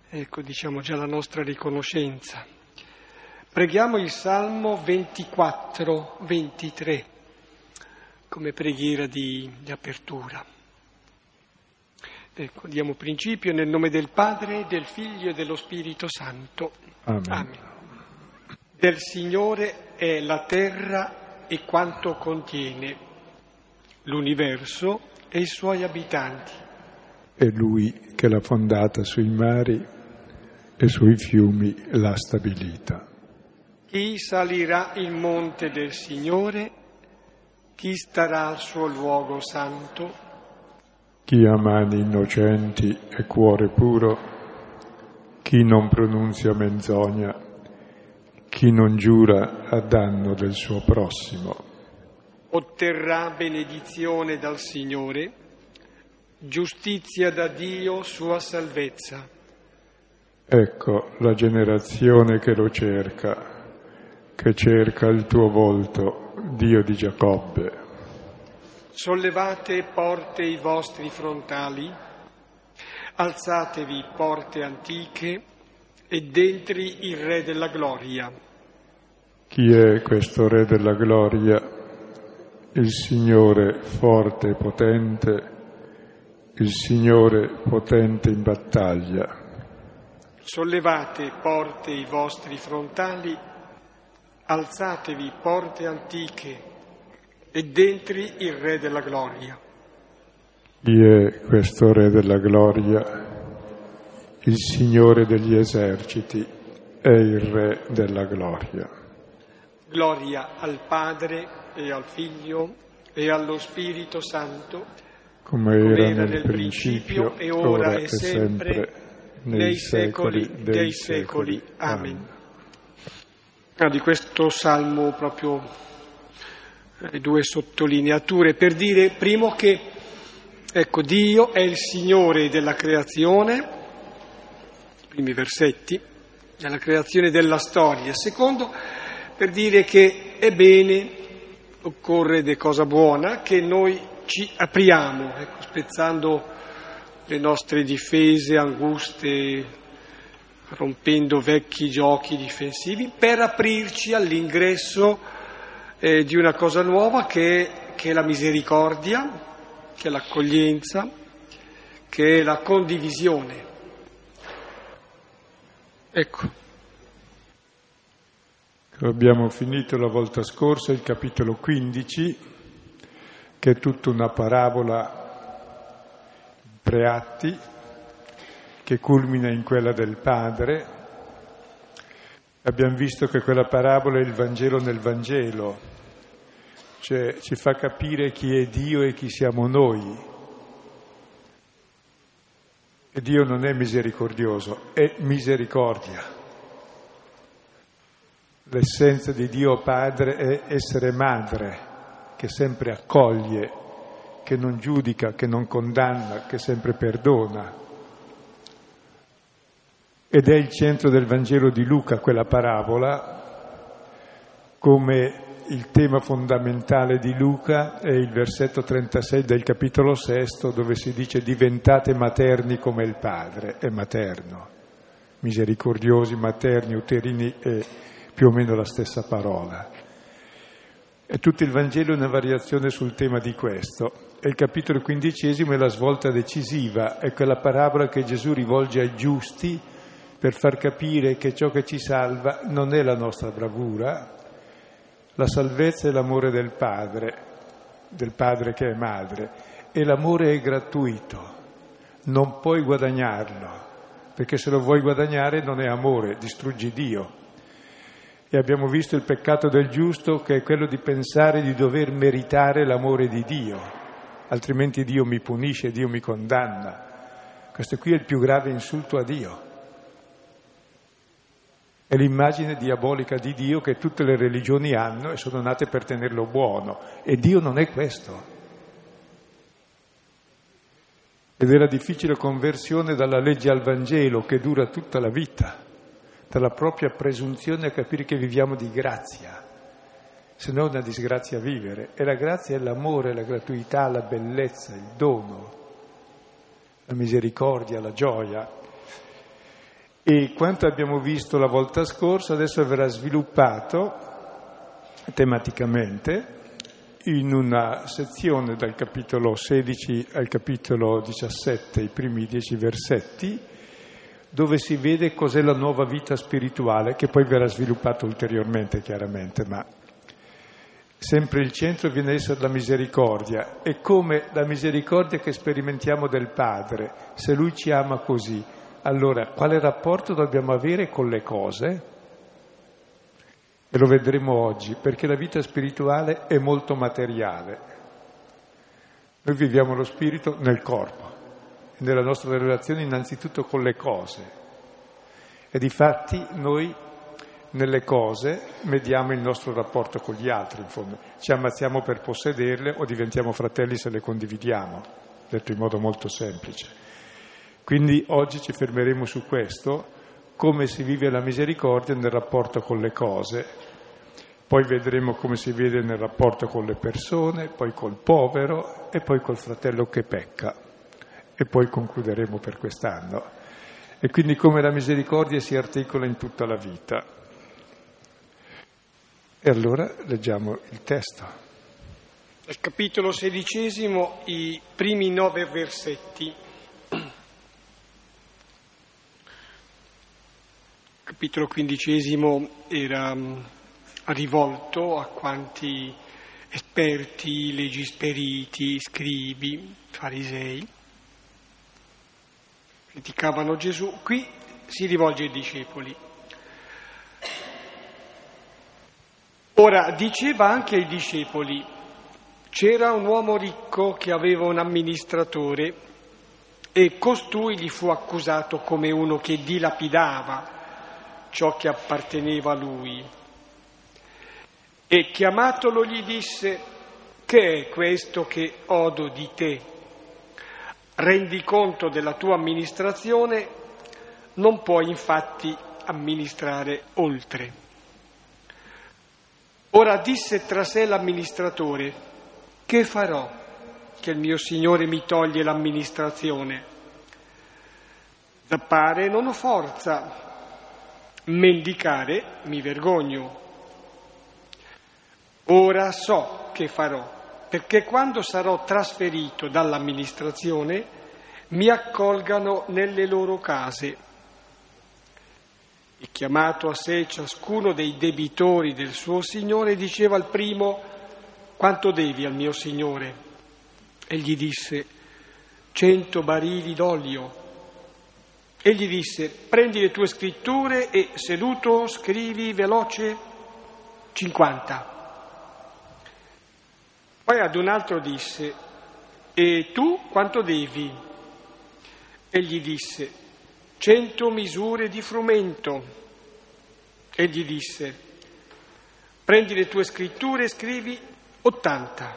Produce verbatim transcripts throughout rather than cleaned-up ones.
ecco, diciamo già la nostra riconoscenza. Preghiamo il Salmo ventiquattro ventitré come preghiera di, di apertura. Ecco, diamo principio nel nome del Padre, del Figlio e dello Spirito Santo. Amen. Amen. Del Signore è la terra e quanto contiene, l'universo e i suoi abitanti. È Lui che l'ha fondata sui mari e sui fiumi l'ha stabilita. Chi salirà il monte del Signore? Chi starà al suo luogo santo? Chi ha mani innocenti e cuore puro, chi non pronunzia menzogna, chi non giura a danno del suo prossimo. Otterrà benedizione dal Signore, giustizia da Dio, sua salvezza. Ecco la generazione che lo cerca, che cerca il tuo volto, Dio di Giacobbe. Sollevate porte i vostri frontali, alzatevi porte antiche ed entri il Re della Gloria. Chi è questo Re della Gloria? Il Signore forte e potente, il Signore potente in battaglia. Sollevate porte i vostri frontali, alzatevi porte antiche ed entri il Re della Gloria. Chi è questo Re della Gloria? Il Signore degli eserciti è il Re della Gloria. Gloria al Padre e al Figlio e allo Spirito Santo, come era, era nel principio, principio e ora, ora e sempre, sempre nei secoli dei, dei secoli. secoli. Amen. Ah, di questo salmo proprio le due sottolineature per dire, primo, che ecco, Dio è il Signore della creazione, i primi versetti, della creazione della storia. Secondo, per dire che è bene, occorre ed è cosa buona, che noi ci apriamo, ecco, spezzando le nostre difese, anguste, rompendo vecchi giochi difensivi, per aprirci all'ingresso eh, di una cosa nuova che è, che è la misericordia, che è l'accoglienza, che è la condivisione. Ecco. Abbiamo finito la volta scorsa il capitolo quindici, che è tutta una parabola in tre atti, che culmina in quella del Padre. Abbiamo visto che quella parabola è il Vangelo nel Vangelo, cioè ci fa capire chi è Dio e chi siamo noi. E Dio non è misericordioso, è misericordia. L'essenza di Dio Padre è essere madre, che sempre accoglie, che non giudica, che non condanna, che sempre perdona. Ed è il centro del Vangelo di Luca, quella parabola, come il tema fondamentale di Luca è il versetto trentasei del capitolo sesto, dove si dice diventate materni come il Padre, è materno, misericordiosi, materni, uterini, è più o meno la stessa parola. E tutto il Vangelo è una variazione sul tema di questo. E il capitolo quindicesimo è la svolta decisiva, è quella parabola che Gesù rivolge ai giusti per far capire che ciò che ci salva non è la nostra bravura, la salvezza è l'amore del Padre, del Padre che è madre, e l'amore è gratuito, non puoi guadagnarlo, perché se lo vuoi guadagnare non è amore, distruggi Dio. E abbiamo visto il peccato del giusto, che è quello di pensare di dover meritare l'amore di Dio, altrimenti Dio mi punisce, Dio mi condanna. Questo qui è il più grave insulto a Dio. È l'immagine diabolica di Dio che tutte le religioni hanno e sono nate per tenerlo buono. E Dio non è questo. Ed è la difficile conversione dalla legge al Vangelo, che dura tutta la vita, dalla propria presunzione a capire che viviamo di grazia, se no è una disgrazia vivere. E la grazia è l'amore, la gratuità, la bellezza, il dono, la misericordia, la gioia. E quanto abbiamo visto la volta scorsa adesso verrà sviluppato tematicamente in una sezione dal capitolo sedici al capitolo diciassette, i primi dieci versetti, dove si vede cos'è la nuova vita spirituale, che poi verrà sviluppato ulteriormente chiaramente, ma sempre il centro viene a essere la misericordia, e come la misericordia che sperimentiamo del Padre, se Lui ci ama così, allora quale rapporto dobbiamo avere con le cose? E lo vedremo oggi, perché la vita spirituale è molto materiale. Noi viviamo lo spirito nel corpo, nella nostra relazione innanzitutto con le cose. E difatti noi nelle cose mediamo il nostro rapporto con gli altri, in fondo. Ci ammazziamo per possederle o diventiamo fratelli se le condividiamo, detto in modo molto semplice. Quindi oggi ci fermeremo su questo, come si vive la misericordia nel rapporto con le cose. Poi vedremo come si vede nel rapporto con le persone, poi col povero e poi col fratello che pecca. E poi concluderemo per quest'anno. E quindi come la misericordia si articola in tutta la vita. E allora leggiamo il testo. Nel capitolo sedicesimo, i primi nove versetti. Il capitolo quindicesimo era rivolto a quanti esperti, legisperiti, scribi, farisei criticavano Gesù. Qui si rivolge ai discepoli. Ora, diceva anche ai discepoli: c'era un uomo ricco che aveva un amministratore e costui gli fu accusato come uno che dilapidava ciò che apparteneva a lui. E chiamatolo gli disse: che è questo che odo di te? Rendi conto della tua amministrazione, non puoi infatti amministrare oltre. Ora disse tra sé l'amministratore: che farò che il mio Signore mi toglie l'amministrazione? Zappare non ho forza, mendicare mi vergogno. Ora so che farò, perché quando sarò trasferito dall'amministrazione mi accolgano nelle loro case. E chiamato a sé ciascuno dei debitori del suo signore, diceva al primo: quanto devi al mio signore? E gli disse: cento barili d'olio. Egli disse: prendi le tue scritture e seduto scrivi veloce cinquanta. Poi ad un altro disse: e tu quanto devi? Egli disse: cento misure di frumento. Egli disse: prendi le tue scritture e scrivi ottanta.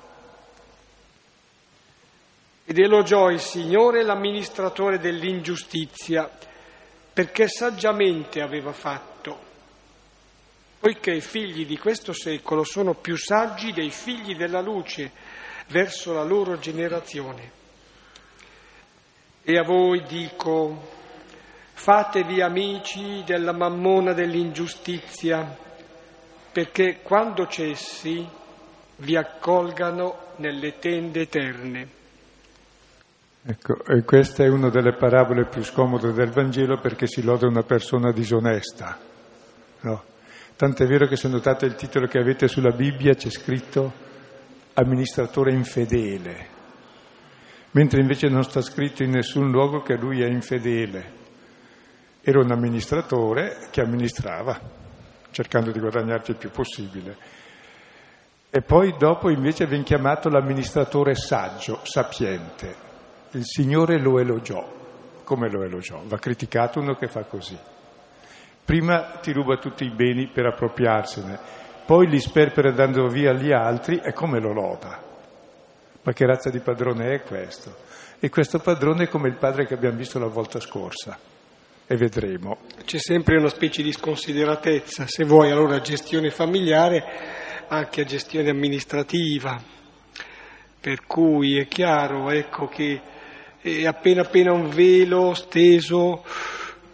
Ed elogiò il Signore l'amministratore dell'ingiustizia, perché saggiamente aveva fatto, poiché i figli di questo secolo sono più saggi dei figli della luce verso la loro generazione. E a voi dico: fatevi amici della mammona dell'ingiustizia, perché quando cessi vi accolgano nelle tende eterne. Ecco, e questa è una delle parabole più scomode del Vangelo, perché si loda una persona disonesta, no? Tant'è vero che se notate il titolo che avete sulla Bibbia c'è scritto amministratore infedele, mentre invece non sta scritto in nessun luogo che lui è infedele. Era un amministratore che amministrava, cercando di guadagnarci il più possibile. E poi dopo invece viene chiamato l'amministratore saggio, sapiente. Il Signore lo elogiò. Come lo elogiò? Va criticato uno che fa così. Prima ti ruba tutti i beni per appropriarsene, poi li sperpera dando via agli altri, e come lo loda? Ma che razza di padrone è questo? E questo padrone è come il padre che abbiamo visto la volta scorsa, e vedremo. C'è sempre una specie di sconsideratezza, se vuoi allora gestione familiare, anche a gestione amministrativa, per cui è chiaro, ecco, che è appena appena un velo steso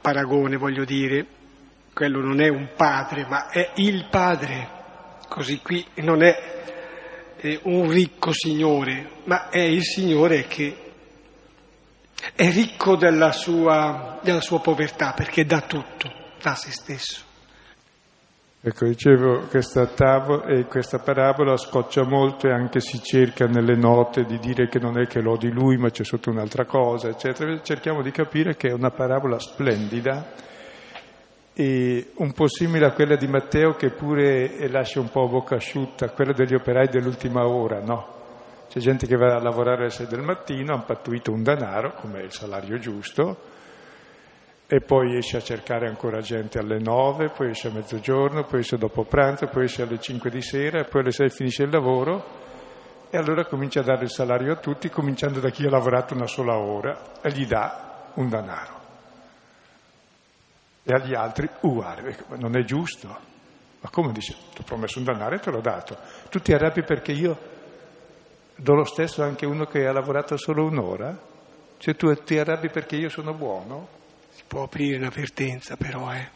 paragone, voglio dire, quello non è un padre, ma è il padre, così qui non è eh, un ricco signore, ma è il Signore che è ricco della sua, della sua povertà, perché dà tutto, dà se stesso. Ecco, dicevo, questa, tavola, eh, questa parabola scoccia molto e anche si cerca nelle note di dire che non è che lodi lui, ma c'è sotto un'altra cosa, eccetera. Cerchiamo di capire che è una parabola splendida e un po' simile a quella di Matteo, che pure lascia un po' a bocca asciutta, quella degli operai dell'ultima ora, no? C'è gente che va a lavorare alle sei del mattino, ha pattuito un denaro, come è il salario giusto, e poi esce a cercare ancora gente alle nove, poi esce a mezzogiorno, poi esce dopo pranzo, poi esce alle cinque di sera, e poi alle sei finisce il lavoro, e allora comincia a dare il salario a tutti, cominciando da chi ha lavorato una sola ora, e gli dà un denaro. E agli altri uguale, non è giusto. Ma come dice? Ti ho promesso un denaro e te l'ho dato. Tu ti arrabbi perché io do lo stesso anche a uno che ha lavorato solo un'ora? Cioè tu ti arrabbi perché io sono buono? Si può aprire un'avvertenza, però, eh.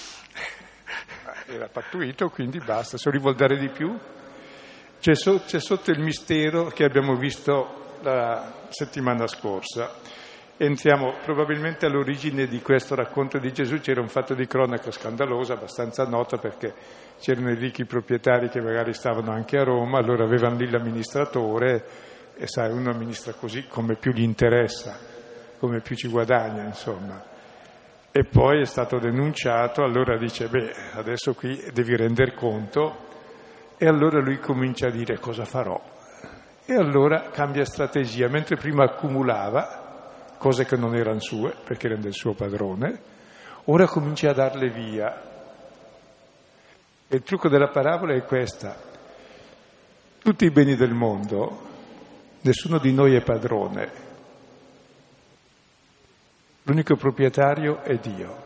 Era pattuito, quindi basta. Se li vuol dare di più? C'è, so, c'è sotto il mistero che abbiamo visto la settimana scorsa. Entriamo probabilmente all'origine di questo racconto di Gesù. C'era un fatto di cronaca scandalosa, abbastanza nota, perché c'erano i ricchi proprietari che magari stavano anche a Roma, allora avevano lì l'amministratore, e sai, uno amministra così come più gli interessa, come più ci guadagna, insomma. E poi è stato denunciato, allora dice, beh, adesso qui devi render conto, e allora lui comincia a dire cosa farò. E allora cambia strategia, mentre prima accumulava cose che non erano sue, perché erano del suo padrone, ora comincia a darle via. E il trucco della parabola è questa: tutti i beni del mondo, nessuno di noi è padrone, l'unico proprietario è Dio.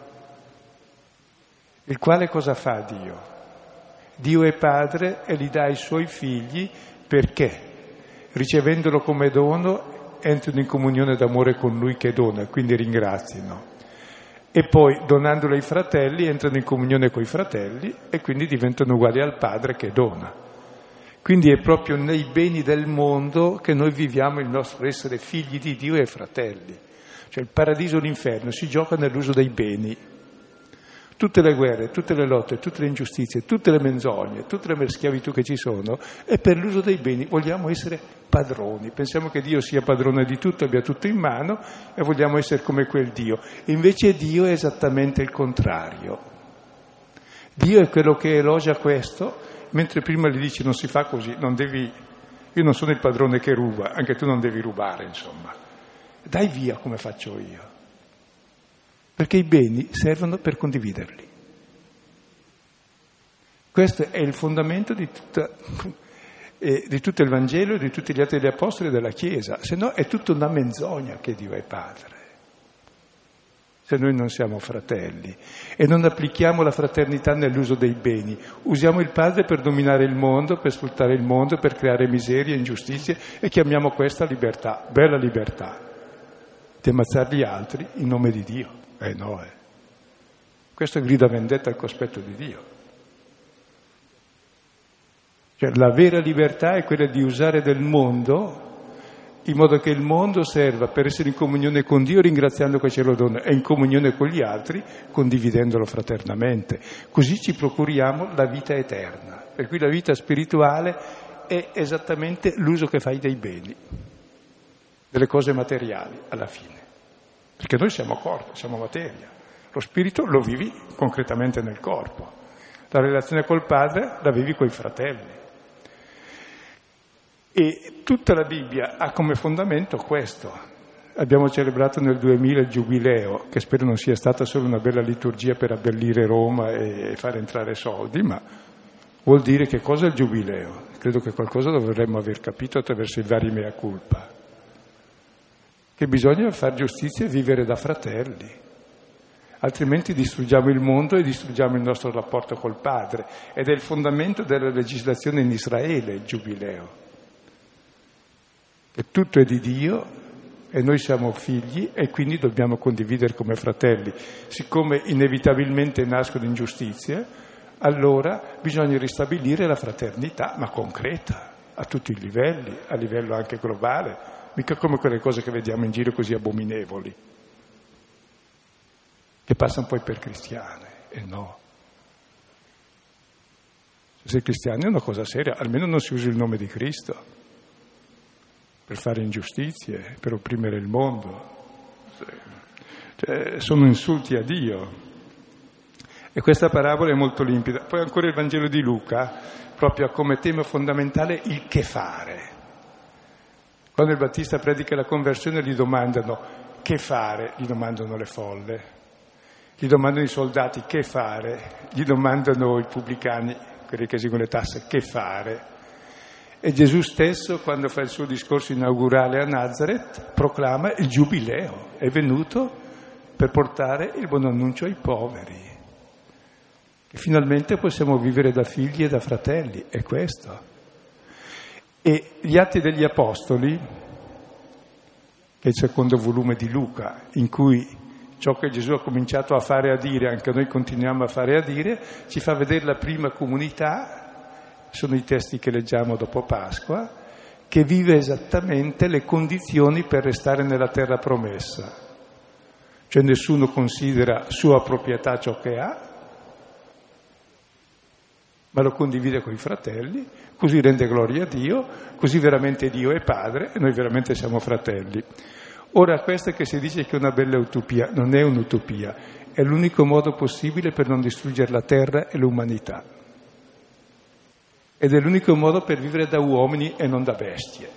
Il quale cosa fa Dio? Dio è padre e li dà ai suoi figli perché, ricevendolo come dono, entrano in comunione d'amore con lui che dona, quindi ringraziano. E poi, donandolo ai fratelli, entrano in comunione con i fratelli e quindi diventano uguali al padre che dona. Quindi è proprio nei beni del mondo che noi viviamo il nostro essere figli di Dio e fratelli. Cioè il paradiso e l'inferno si gioca nell'uso dei beni. Tutte le guerre, tutte le lotte, tutte le ingiustizie, tutte le menzogne, tutte le schiavitù che ci sono, è per l'uso dei beni. Vogliamo essere padroni, pensiamo che Dio sia padrone di tutto, abbia tutto in mano, e vogliamo essere come quel Dio. E invece Dio è esattamente il contrario. Dio è quello che elogia questo, mentre prima gli dice non si fa così, non devi, io non sono il padrone che ruba, anche tu non devi rubare, insomma. Dai via come faccio io. Perché i beni servono per condividerli. Questo è il fondamento di, tutta, eh, di tutto il Vangelo e di tutti gli atti degli Apostoli della Chiesa. Se no è tutta una menzogna che Dio è Padre. Se noi non siamo fratelli e non applichiamo la fraternità nell'uso dei beni, usiamo il Padre per dominare il mondo, per sfruttare il mondo, per creare miserie, ingiustizie, e chiamiamo questa libertà, bella libertà, di ammazzare gli altri in nome di Dio. Eh no, eh. Questo grida vendetta al cospetto di Dio. Cioè la vera libertà è quella di usare del mondo in modo che il mondo serva per essere in comunione con Dio, ringraziando che ce lo dona, e in comunione con gli altri, condividendolo fraternamente. Così ci procuriamo la vita eterna. Per cui la vita spirituale è esattamente l'uso che fai dei beni, delle cose materiali, alla fine. Perché noi siamo corpo, siamo materia. Lo spirito lo vivi concretamente nel corpo. La relazione col Padre la vivi coi fratelli. E tutta la Bibbia ha come fondamento questo. Abbiamo celebrato nel duemila il Giubileo, che spero non sia stata solo una bella liturgia per abbellire Roma e far entrare soldi, ma vuol dire che cosa è il Giubileo. Credo che qualcosa dovremmo aver capito attraverso i vari mea culpa. Che bisogna fare giustizia e vivere da fratelli, altrimenti distruggiamo il mondo e distruggiamo il nostro rapporto col Padre, ed è il fondamento della legislazione in Israele, il Giubileo, che tutto è di Dio e noi siamo figli e quindi dobbiamo condividere come fratelli. Siccome inevitabilmente nascono ingiustizie, allora bisogna ristabilire la fraternità, ma concreta, a tutti i livelli, a livello anche globale, mica come quelle cose che vediamo in giro così abominevoli, che passano poi per cristiane, e no. Se sei cristiano è una cosa seria, almeno non si usa il nome di Cristo per fare ingiustizie, per opprimere il mondo. Cioè, sono insulti a Dio. E questa parabola è molto limpida. Poi ancora il Vangelo di Luca, proprio ha come tema fondamentale il che fare. Quando il Battista predica la conversione gli domandano che fare, gli domandano le folle, gli domandano i soldati che fare, gli domandano i pubblicani, quelli che eseguono le tasse, che fare. E Gesù stesso, quando fa il suo discorso inaugurale a Nazareth, proclama il giubileo, è venuto per portare il buon annuncio ai poveri. Che finalmente possiamo vivere da figli e da fratelli, è questo. E gli Atti degli Apostoli, che è il secondo volume di Luca, in cui ciò che Gesù ha cominciato a fare e a dire, anche noi continuiamo a fare e a dire, ci fa vedere la prima comunità. Sono i testi che leggiamo dopo Pasqua, che vive esattamente le condizioni per restare nella terra promessa. Cioè nessuno considera sua proprietà ciò che ha, ma lo condivide con i fratelli, così rende gloria a Dio, così veramente Dio è Padre e noi veramente siamo fratelli. Ora questa che si dice che è una bella utopia, non è un'utopia, è l'unico modo possibile per non distruggere la terra e l'umanità. Ed è l'unico modo per vivere da uomini e non da bestie.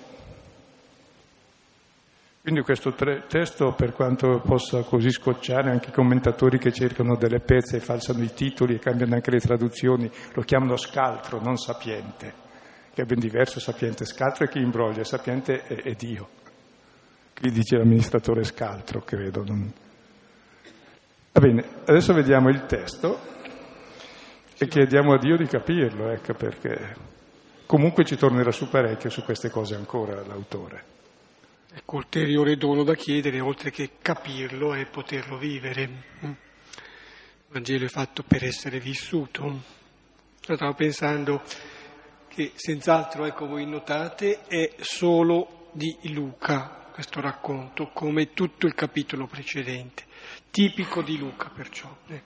Quindi questo tre- testo, per quanto possa così scocciare anche i commentatori che cercano delle pezze e falsano i titoli e cambiano anche le traduzioni, lo chiamano scaltro, non sapiente, che è ben diverso sapiente. Scaltro è chi imbroglia, sapiente è, è Dio. Qui dice l'amministratore scaltro, credo. Non... Va bene, adesso vediamo il testo. E chiediamo a Dio di capirlo, ecco, perché comunque ci tornerà su parecchio su queste cose ancora l'autore. Ecco, ulteriore dono da chiedere, oltre che capirlo, è poterlo vivere. Il Vangelo è fatto per essere vissuto. Stavo pensando che senz'altro, ecco, voi notate, è solo di Luca questo racconto, come tutto il capitolo precedente, tipico di Luca perciò. Ecco.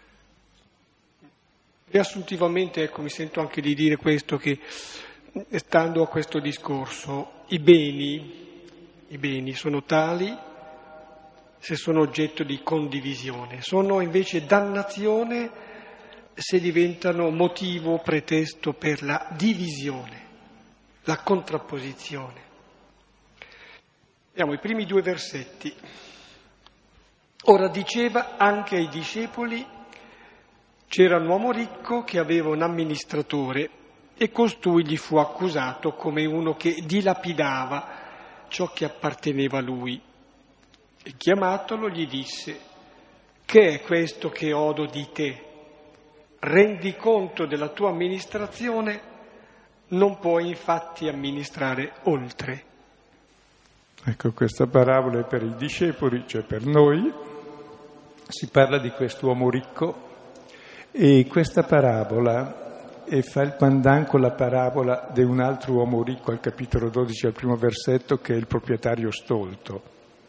Riassuntivamente, ecco, mi sento anche di dire questo, che stando a questo discorso, i beni, i beni sono tali se sono oggetto di condivisione, sono invece dannazione se diventano motivo, pretesto per la divisione, la contrapposizione. Vediamo i primi due versetti. Ora diceva anche ai discepoli: c'era un uomo ricco che aveva un amministratore e costui gli fu accusato come uno che dilapidava ciò che apparteneva a lui. E chiamatolo gli disse: che è questo che odo di te? Rendi conto della tua amministrazione, non puoi infatti amministrare oltre. Ecco, questa parabola è per i discepoli, cioè per noi. Si parla di quest'uomo ricco. E questa parabola e fa il pandan con la parabola di un altro uomo ricco al capitolo dodici, al primo versetto, che è il proprietario stolto.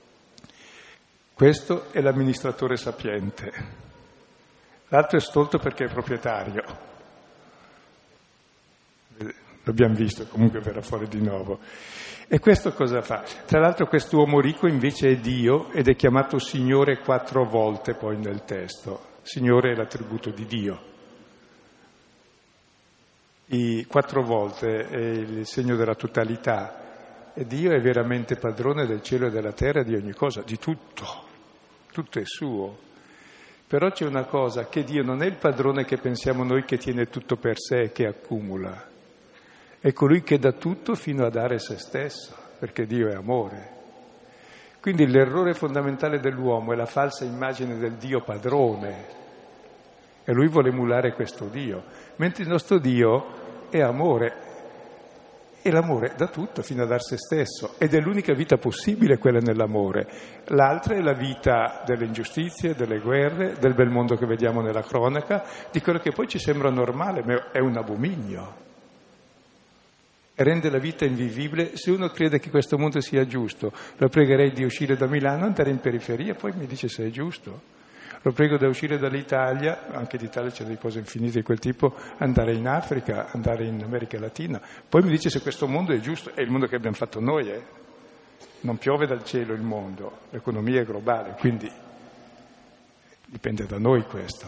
Questo è l'amministratore sapiente. L'altro è stolto perché è proprietario. L'abbiamo visto, comunque verrà fuori di nuovo. E questo cosa fa? Tra l'altro quest'uomo ricco invece è Dio ed è chiamato Signore quattro volte poi nel testo. Signore è l'attributo di Dio. I quattro volte è il segno della totalità. E Dio è veramente padrone del cielo e della terra, di ogni cosa, di tutto. Tutto è suo. Però c'è una cosa, che Dio non è il padrone che pensiamo noi che tiene tutto per sé e che accumula. È colui che dà tutto fino a dare se stesso, perché Dio è amore. Quindi l'errore fondamentale dell'uomo è la falsa immagine del Dio padrone. E lui vuole emulare questo Dio, mentre il nostro Dio è amore E l'amore dà tutto fino a dar se stesso, ed è l'unica vita possibile quella nell'amore. L'altra è la vita delle ingiustizie, delle guerre, del bel mondo che vediamo nella cronaca, di quello che poi ci sembra normale, ma è un abominio. E rende la vita invivibile. Se uno crede che questo mondo sia giusto, lo pregherei di uscire da Milano, andare in periferia, poi mi dice se è giusto. Lo prego da uscire dall'Italia, anche d'Italia c'è delle cose infinite di quel tipo, andare in Africa, andare in America Latina. Poi mi dice se questo mondo è giusto, è il mondo che abbiamo fatto noi, eh? Non piove dal cielo il mondo, l'economia è globale, quindi dipende da noi questo.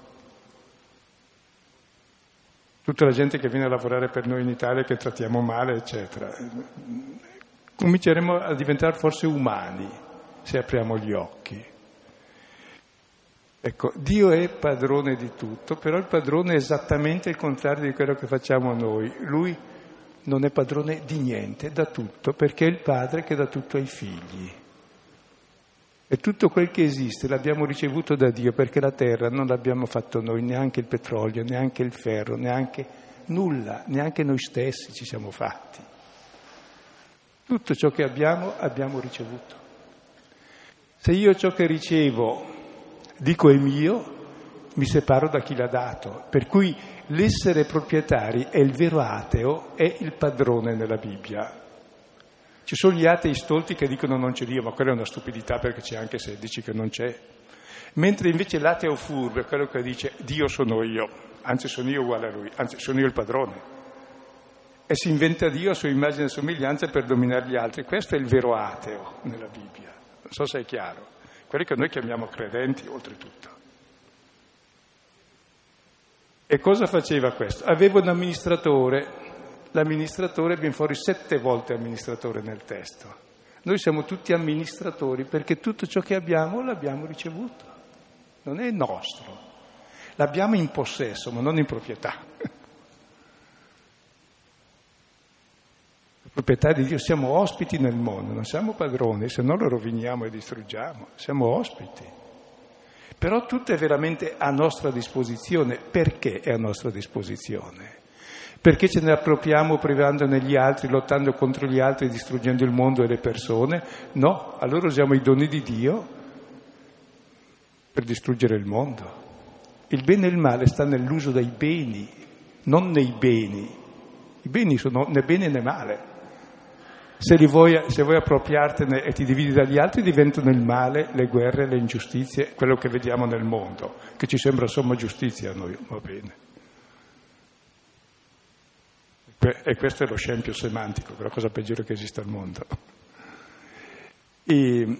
Tutta la gente che viene a lavorare per noi in Italia, che trattiamo male, eccetera. Cominceremo a diventare forse umani se apriamo gli occhi. Ecco, Dio è padrone di tutto, però il padrone è esattamente il contrario di quello che facciamo noi. Lui non è padrone di niente, dà tutto, perché è il padre che dà tutto ai figli. E tutto quel che esiste l'abbiamo ricevuto da Dio, perché la terra non l'abbiamo fatto noi, neanche il petrolio, neanche il ferro, neanche nulla, neanche noi stessi ci siamo fatti. Tutto ciò che abbiamo, abbiamo ricevuto. Se io ciò che ricevo dico è mio, mi separo da chi l'ha dato. Per cui l'essere proprietari è il vero ateo, è il padrone nella Bibbia. Ci sono gli atei stolti che dicono non c'è Dio, ma quella è una stupidità perché c'è anche se dici che non c'è. Mentre invece l'ateo furbo è quello che dice Dio sono io, anzi sono io uguale a lui, anzi sono io il padrone. E si inventa Dio a sua immagine e somiglianza per dominare gli altri. Questo è il vero ateo nella Bibbia. Non so se è chiaro. Quelli che noi chiamiamo credenti, oltretutto. E cosa faceva questo? Aveva un amministratore, l'amministratore viene fuori sette volte amministratore nel testo. Noi siamo tutti amministratori perché tutto ciò che abbiamo l'abbiamo ricevuto, non è nostro. L'abbiamo in possesso, ma non in proprietà. Proprietà di Dio, siamo ospiti nel mondo, non siamo padroni, se no lo roviniamo e distruggiamo, siamo ospiti. Però tutto è veramente a nostra disposizione. Perché è a nostra disposizione? Perché ce ne appropriamo privandone gli altri, lottando contro gli altri, distruggendo il mondo e le persone? No, allora usiamo i doni di Dio per distruggere il mondo. Il bene e il male sta nell'uso dei beni, non nei beni. I beni sono né bene né male. Se, li vuoi, se vuoi appropriartene e ti dividi dagli altri, diventano il male, le guerre, le ingiustizie, quello che vediamo nel mondo, che ci sembra somma giustizia a noi, va bene. E questo è lo scempio semantico, la cosa peggiore che esiste al mondo. E,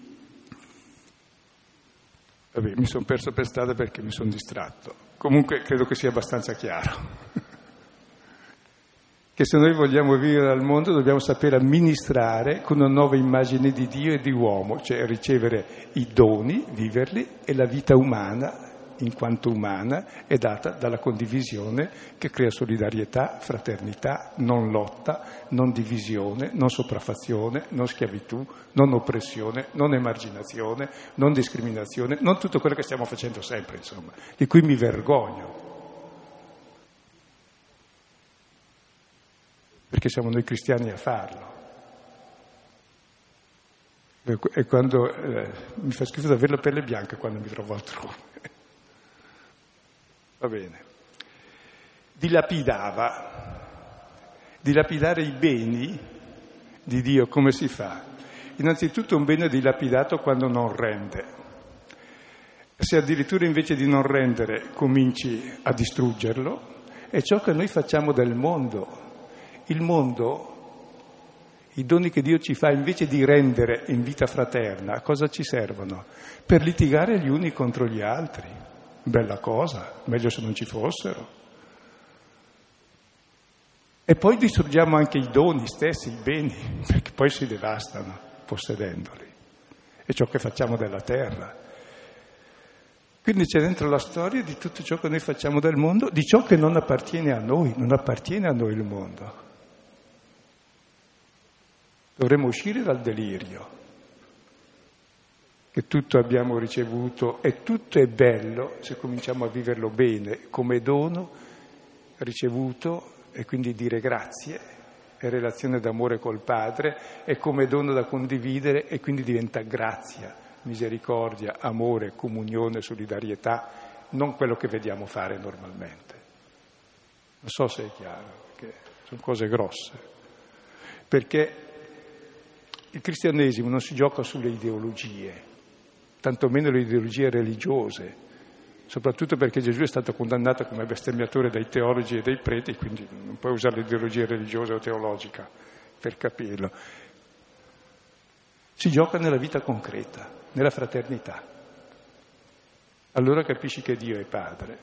vabbè, mi sono perso per strada perché mi sono distratto. Comunque credo che sia abbastanza chiaro. Che se noi vogliamo vivere al mondo dobbiamo sapere amministrare con una nuova immagine di Dio e di uomo, cioè ricevere i doni, viverli, e la vita umana, in quanto umana, è data dalla condivisione che crea solidarietà, fraternità, non lotta, non divisione, non sopraffazione, non schiavitù, non oppressione, non emarginazione, non discriminazione, non tutto quello che stiamo facendo sempre, insomma, di cui mi vergogno. Perché siamo noi cristiani a farlo. E quando eh, mi fa schifo di avere la pelle bianca quando mi trovo altrove. Va bene. Dilapidava. Dilapidare i beni di Dio come si fa? Innanzitutto un bene è dilapidato quando non rende. Se addirittura invece di non rendere cominci a distruggerlo, è ciò che noi facciamo del mondo. Il mondo, i doni che Dio ci fa, invece di rendere in vita fraterna, a cosa ci servono? Per litigare gli uni contro gli altri. Bella cosa, meglio se non ci fossero. E poi distruggiamo anche i doni stessi, i beni, perché poi si devastano possedendoli. È ciò che facciamo della terra. Quindi c'è dentro la storia di tutto ciò che noi facciamo del mondo, di ciò che non appartiene a noi, non appartiene a noi il mondo. Dovremmo uscire dal delirio, che tutto abbiamo ricevuto e tutto è bello se cominciamo a viverlo bene, come dono ricevuto, e quindi dire grazie è relazione d'amore col Padre, è come dono da condividere e quindi diventa grazia, misericordia, amore, comunione, solidarietà, non quello che vediamo fare normalmente. Non so se è chiaro, perché sono cose grosse. Perché il cristianesimo non si gioca sulle ideologie, tantomeno le ideologie religiose, soprattutto perché Gesù è stato condannato come bestemmiatore dai teologi e dai preti, quindi non puoi usare l'ideologia religiosa o teologica per capirlo. Si gioca nella vita concreta, nella fraternità. Allora capisci che Dio è Padre.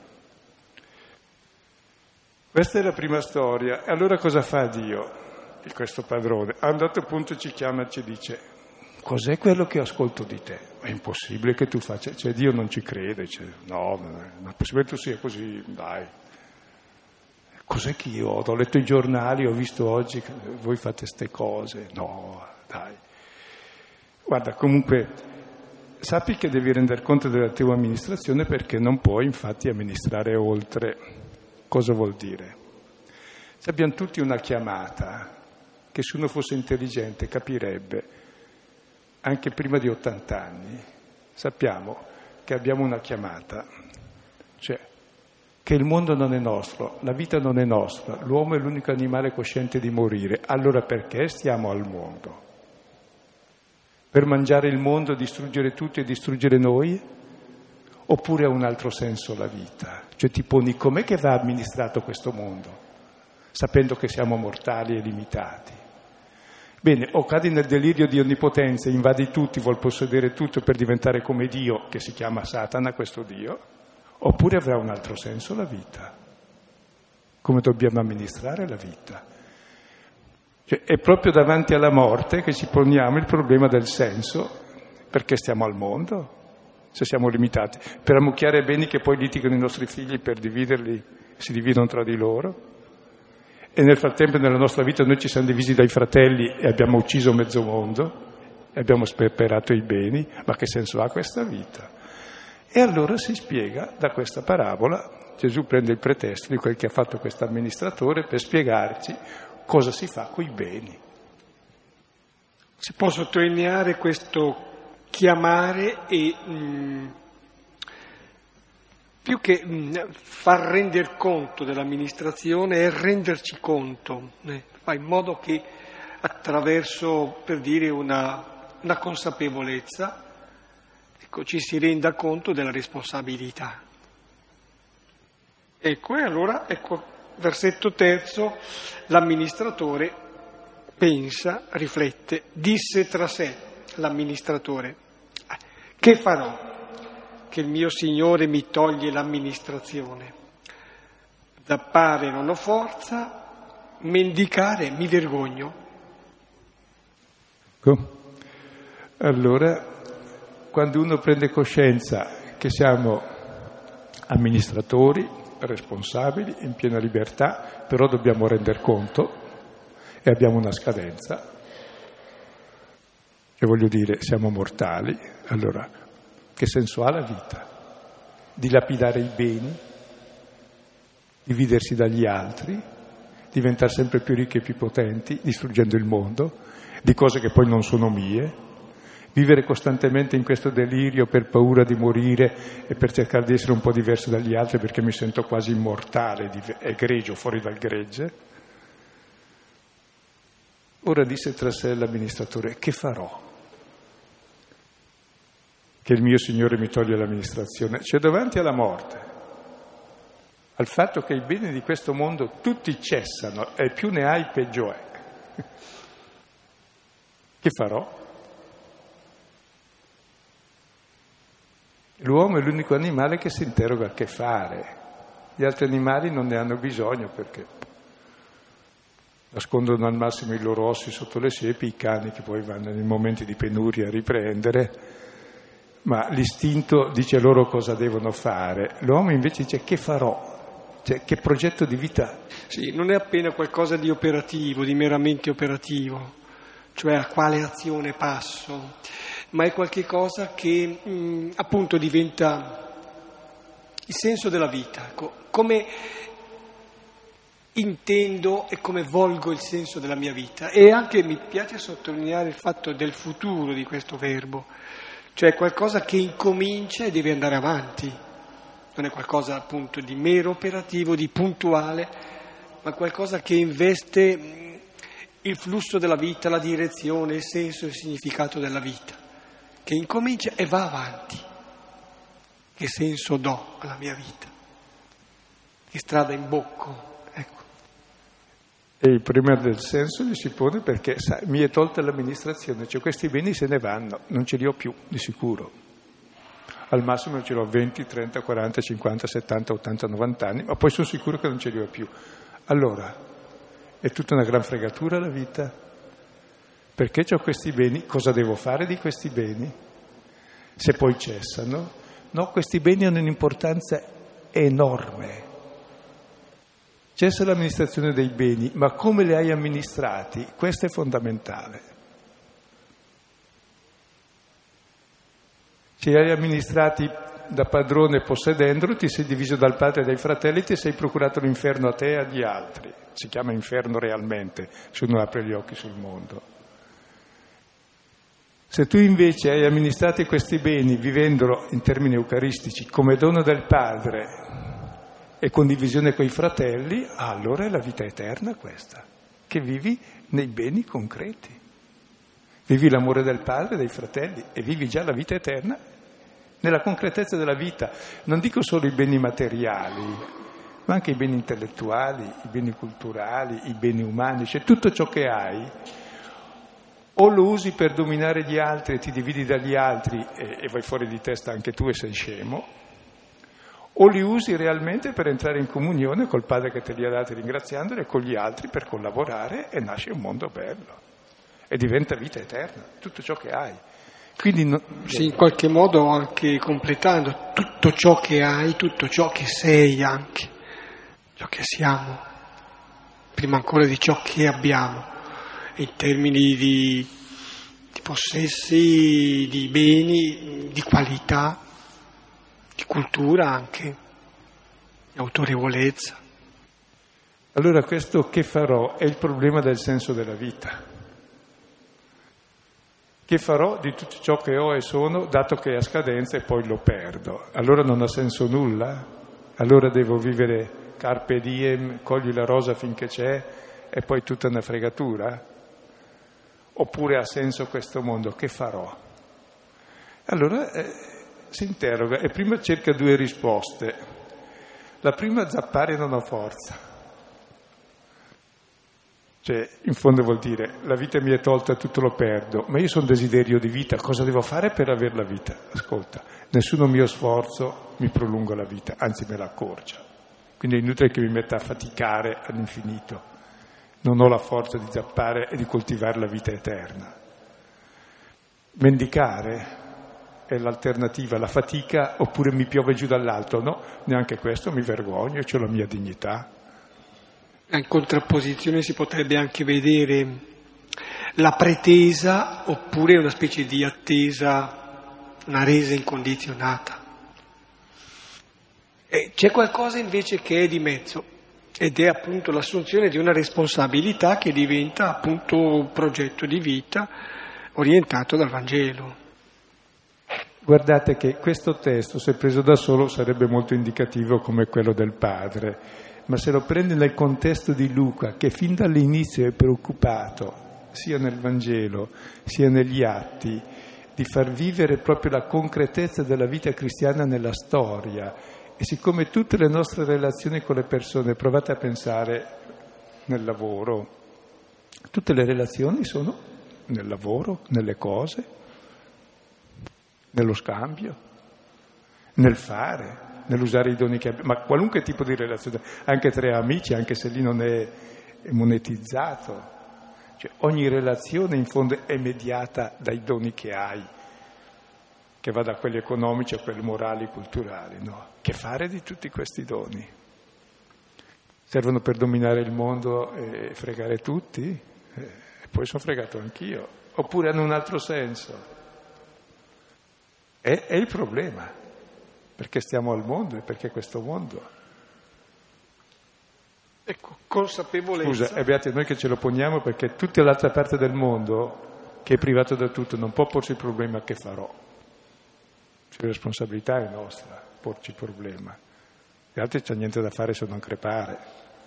Questa è la prima storia. E allora cosa fa Dio, questo padrone? A un dato punto ci chiama e ci dice: cos'è quello che ascolto di te? È impossibile che tu faccia, cioè Dio non ci crede, cioè, no, non è possibile che tu sia così, dai. Cos'è che io ho? Ho letto i giornali, ho visto oggi che voi fate ste cose, no, dai. Guarda, comunque, sappi che devi rendere conto della tua amministrazione perché non puoi infatti amministrare oltre. Cosa vuol dire? Se abbiamo tutti una chiamata che se uno fosse intelligente capirebbe. Anche prima di ottanta anni sappiamo che abbiamo una chiamata, cioè che il mondo non è nostro, la vita non è nostra, l'uomo è l'unico animale cosciente di morire. Allora perché stiamo al mondo? Per mangiare il mondo, distruggere tutto e distruggere noi? Oppure ha un altro senso la vita? Cioè ti poni com'è che va amministrato questo mondo, sapendo che siamo mortali e limitati? Bene, o cadi nel delirio di onnipotenza, invadi tutti, vuol possedere tutto per diventare come Dio, che si chiama Satana, questo Dio, oppure avrà un altro senso la vita. Come dobbiamo amministrare la vita? Cioè, è proprio davanti alla morte che ci poniamo il problema del senso, perché stiamo al mondo, se siamo limitati. Per ammucchiare beni che poi litigano i nostri figli per dividerli, si dividono tra di loro. E nel frattempo nella nostra vita noi ci siamo divisi dai fratelli e abbiamo ucciso mezzo mondo e abbiamo sperperato i beni, ma che senso ha questa vita? E allora si spiega da questa parabola, Gesù prende il pretesto di quel che ha fatto questo amministratore per spiegarci cosa si fa coi beni. Si può sottolineare questo chiamare e mh, più che mh, far rendere conto dell'amministrazione è renderci conto, eh, fa in modo che attraverso, per dire, una, una consapevolezza, ecco, ci si renda conto della responsabilità. Ecco, e allora, ecco, versetto terzo, l'amministratore pensa, riflette, disse tra sé l'amministratore: che farò? Che il mio Signore mi toglie l'amministrazione. Zappare non ho forza, mendicare mi vergogno. Ecco. Allora, quando uno prende coscienza che siamo amministratori, responsabili, in piena libertà, però dobbiamo render conto e abbiamo una scadenza, che voglio dire, siamo mortali, allora che senso ha la vita? Dilapidare i beni, dividersi dagli altri, diventare sempre più ricchi e più potenti, distruggendo il mondo, di cose che poi non sono mie, vivere costantemente in questo delirio per paura di morire e per cercare di essere un po' diverso dagli altri perché mi sento quasi immortale, egregio, fuori dal gregge. Ora disse tra sé l'amministratore: che farò? Che il mio Signore mi toglie l'amministrazione. Cioè davanti alla morte, al fatto che i beni di questo mondo tutti cessano e più ne hai peggio è. Che farò? L'uomo è l'unico animale che si interroga che fare. Gli altri animali non ne hanno bisogno perché nascondono al massimo i loro ossi sotto le siepi, i cani che poi vanno nei momenti di penuria a riprendere, ma l'istinto dice loro cosa devono fare. L'uomo invece dice: che farò? Cioè, che progetto di vita? Sì, non è appena qualcosa di operativo, di meramente operativo, cioè a quale azione passo, ma è qualche cosa che mh, appunto diventa il senso della vita, ecco, come intendo e come volgo il senso della mia vita. E anche mi piace sottolineare il fatto del futuro di questo verbo, cioè qualcosa che incomincia e deve andare avanti, non è qualcosa appunto di mero operativo, di puntuale, ma qualcosa che investe il flusso della vita, la direzione, il senso e il significato della vita, che incomincia e va avanti. Che senso do alla mia vita? Che strada imbocco? Ecco. E il problema del senso gli si pone perché sai, mi è tolta l'amministrazione, cioè questi beni se ne vanno, non ce li ho più di sicuro. Al massimo ce l'ho venti, trenta, quaranta, cinquanta, settanta, ottanta, novanta anni, ma poi sono sicuro che non ce li ho più. Allora, è tutta una gran fregatura la vita. Perché ho questi beni? Cosa devo fare di questi beni? Se poi cessano? No, questi beni hanno un'importanza enorme. Cessa l'amministrazione dei beni, ma come li hai amministrati? Questo è fondamentale. Se li hai amministrati da padrone possedendolo, ti sei diviso dal padre e dai fratelli, ti sei procurato l'inferno a te e agli altri. Si chiama inferno realmente, se uno apre gli occhi sul mondo. Se tu invece hai amministrato questi beni vivendolo in termini eucaristici come dono del Padre e condivisione coi fratelli, allora è la vita eterna questa, che vivi nei beni concreti. Vivi l'amore del Padre e dei fratelli e vivi già la vita eterna nella concretezza della vita. Non dico solo i beni materiali, ma anche i beni intellettuali, i beni culturali, i beni umani, cioè tutto ciò che hai. O lo usi per dominare gli altri e ti dividi dagli altri e, e vai fuori di testa anche tu e sei scemo, o li usi realmente per entrare in comunione col Padre che te li ha dati ringraziandolo e con gli altri per collaborare e nasce un mondo bello e diventa vita eterna, tutto ciò che hai. Quindi no, sì, in qualche modo anche completando tutto ciò che hai, tutto ciò che sei anche, ciò che siamo, prima ancora di ciò che abbiamo. In termini di, di possessi, di beni, di qualità, di cultura anche, di autorevolezza. Allora questo che farò è il problema del senso della vita. Che farò di tutto ciò che ho e sono, dato che è a scadenza e poi lo perdo? Allora non ha senso nulla? Allora devo vivere carpe diem, cogli la rosa finché c'è e poi tutta una fregatura? Oppure ha senso questo mondo? Che farò? Allora eh, si interroga e prima cerca due risposte. La prima, zappare non ho forza. Cioè, in fondo vuol dire, la vita mi è tolta, tutto lo perdo, ma io sono desiderio di vita, cosa devo fare per avere la vita? Ascolta, nessuno mio sforzo mi prolunga la vita, anzi me la accorcia. Quindi è inutile che mi metta a faticare all'infinito. Non ho la forza di zappare e di coltivare la vita eterna. Mendicare è l'alternativa, la fatica, oppure mi piove giù dall'alto. No, neanche questo, mi vergogno, ho la mia dignità. In contrapposizione si potrebbe anche vedere la pretesa oppure una specie di attesa, una resa incondizionata. E c'è qualcosa invece che è di mezzo. Ed è appunto l'assunzione di una responsabilità che diventa appunto un progetto di vita orientato dal Vangelo. Guardate che questo testo, se preso da solo, sarebbe molto indicativo come quello del Padre, ma se lo prende nel contesto di Luca, che fin dall'inizio è preoccupato, sia nel Vangelo sia negli Atti, di far vivere proprio la concretezza della vita cristiana nella storia. E siccome tutte le nostre relazioni con le persone, provate a pensare nel lavoro, tutte le relazioni sono nel lavoro, nelle cose, nello scambio, nel fare, nell'usare i doni che abbiamo, ma qualunque tipo di relazione, anche tra amici, anche se lì non è monetizzato. Cioè, ogni relazione in fondo è mediata dai doni che hai, che va da quelli economici a quelli morali, culturali, no? Che fare di tutti questi doni? Servono per dominare il mondo e fregare tutti? E poi sono fregato anch'io. Oppure hanno un altro senso? È, è il problema. Perché stiamo al mondo e perché questo mondo? Ecco, consapevolezza. Scusa, e beati noi che ce lo poniamo, perché tutta l'altra parte del mondo, che è privato da tutto, non può porsi il problema che farò. Cioè, la responsabilità è nostra, porci il problema. Gli altri c'è niente da fare se non crepare.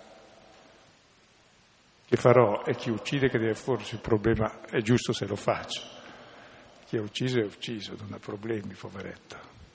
Che farò? E chi uccide che deve porsi il problema, è giusto se lo faccio. Chi è ucciso è ucciso, non ha problemi, poveretto.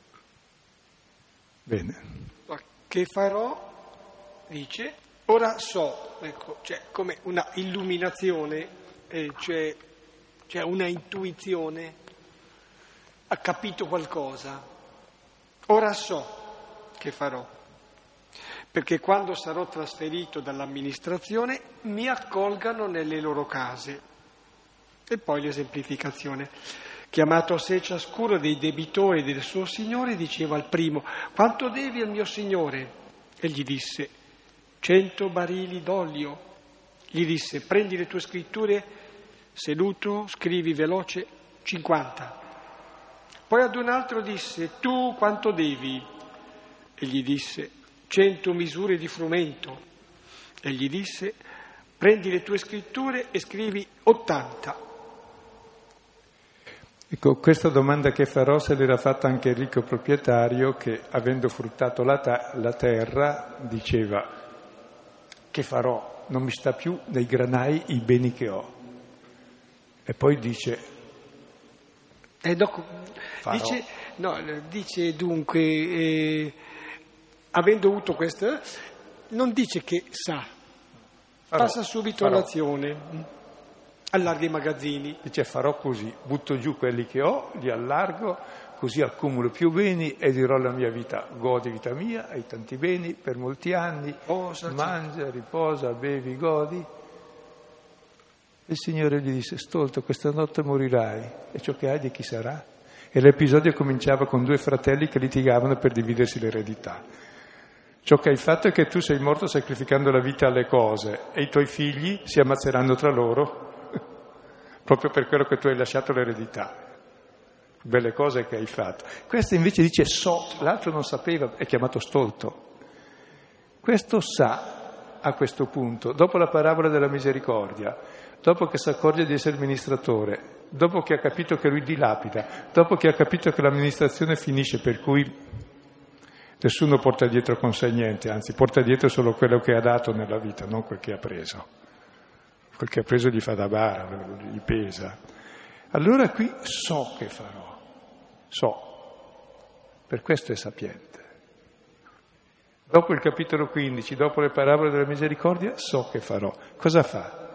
Bene. Ma che farò? Dice, ora so, ecco, cioè come una illuminazione, eh, cioè, cioè una intuizione, ha capito qualcosa. Ora so che farò, perché quando sarò trasferito dall'amministrazione mi accolgano nelle loro case. E poi l'esemplificazione. Chiamato a sé ciascuno dei debitori del suo signore, diceva al primo: quanto devi al mio signore? E gli disse: cento barili d'olio. Gli disse: prendi le tue scritture, seduto, scrivi veloce, cinquanta. Poi ad un altro disse: tu quanto devi? E gli disse: cento misure di frumento. E gli disse: prendi le tue scritture e scrivi ottanta. Ecco, questa domanda che farò se l'era fatta anche il ricco proprietario che, avendo fruttato la, ta- la terra, diceva: che farò? Non mi sta più nei granai i beni che ho. E poi dice: e dopo, dice, no, dice dunque, eh, avendo avuto questo, non dice che sa, farò, passa subito farò. all'azione. Allarga i magazzini. Dice: farò così, butto giù quelli che ho, li allargo, così accumulo più beni e dirò la mia vita: godi vita mia, hai tanti beni per molti anni, Posa, mangia, riposa, bevi, godi. Il Signore gli disse: stolto, questa notte morirai, e ciò che hai di chi sarà? E l'episodio cominciava con due fratelli che litigavano per dividersi l'eredità. Ciò che hai fatto è che tu sei morto sacrificando la vita alle cose e i tuoi figli si ammazzeranno tra loro proprio per quello che tu hai lasciato l'eredità, belle cose che hai fatto. Questo invece dice so, l'altro non sapeva, è chiamato stolto. Questo sa a questo punto, dopo la parabola della misericordia, dopo che si accorge di essere amministratore, dopo che ha capito che lui dilapida, dopo che ha capito che l'amministrazione finisce, per cui nessuno porta dietro con sé niente, anzi porta dietro solo quello che ha dato nella vita, non quel che ha preso. Quel che ha preso gli fa da bara, gli pesa. Allora qui so che farò, so, per questo è sapiente. Dopo il capitolo quindici, dopo le parabole della misericordia, so che farò. Cosa fa?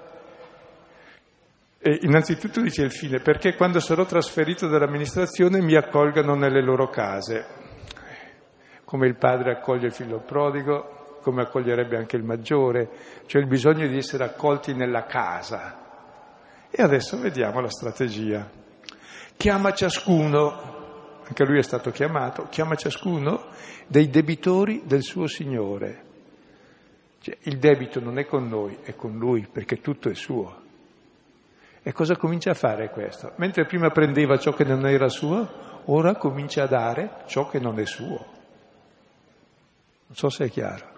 E innanzitutto dice il fine: perché quando sarò trasferito dall'amministrazione mi accolgano nelle loro case, come il padre accoglie il figlio prodigo, come accoglierebbe anche il maggiore, cioè il bisogno di essere accolti nella casa. E adesso vediamo la strategia. Chiama ciascuno, anche lui è stato chiamato, chiama ciascuno dei debitori del suo Signore. Cioè, il debito non è con noi, è con lui, perché tutto è suo. E cosa comincia a fare questo? Mentre prima prendeva ciò che non era suo, ora comincia a dare ciò che non è suo. Non so se è chiaro.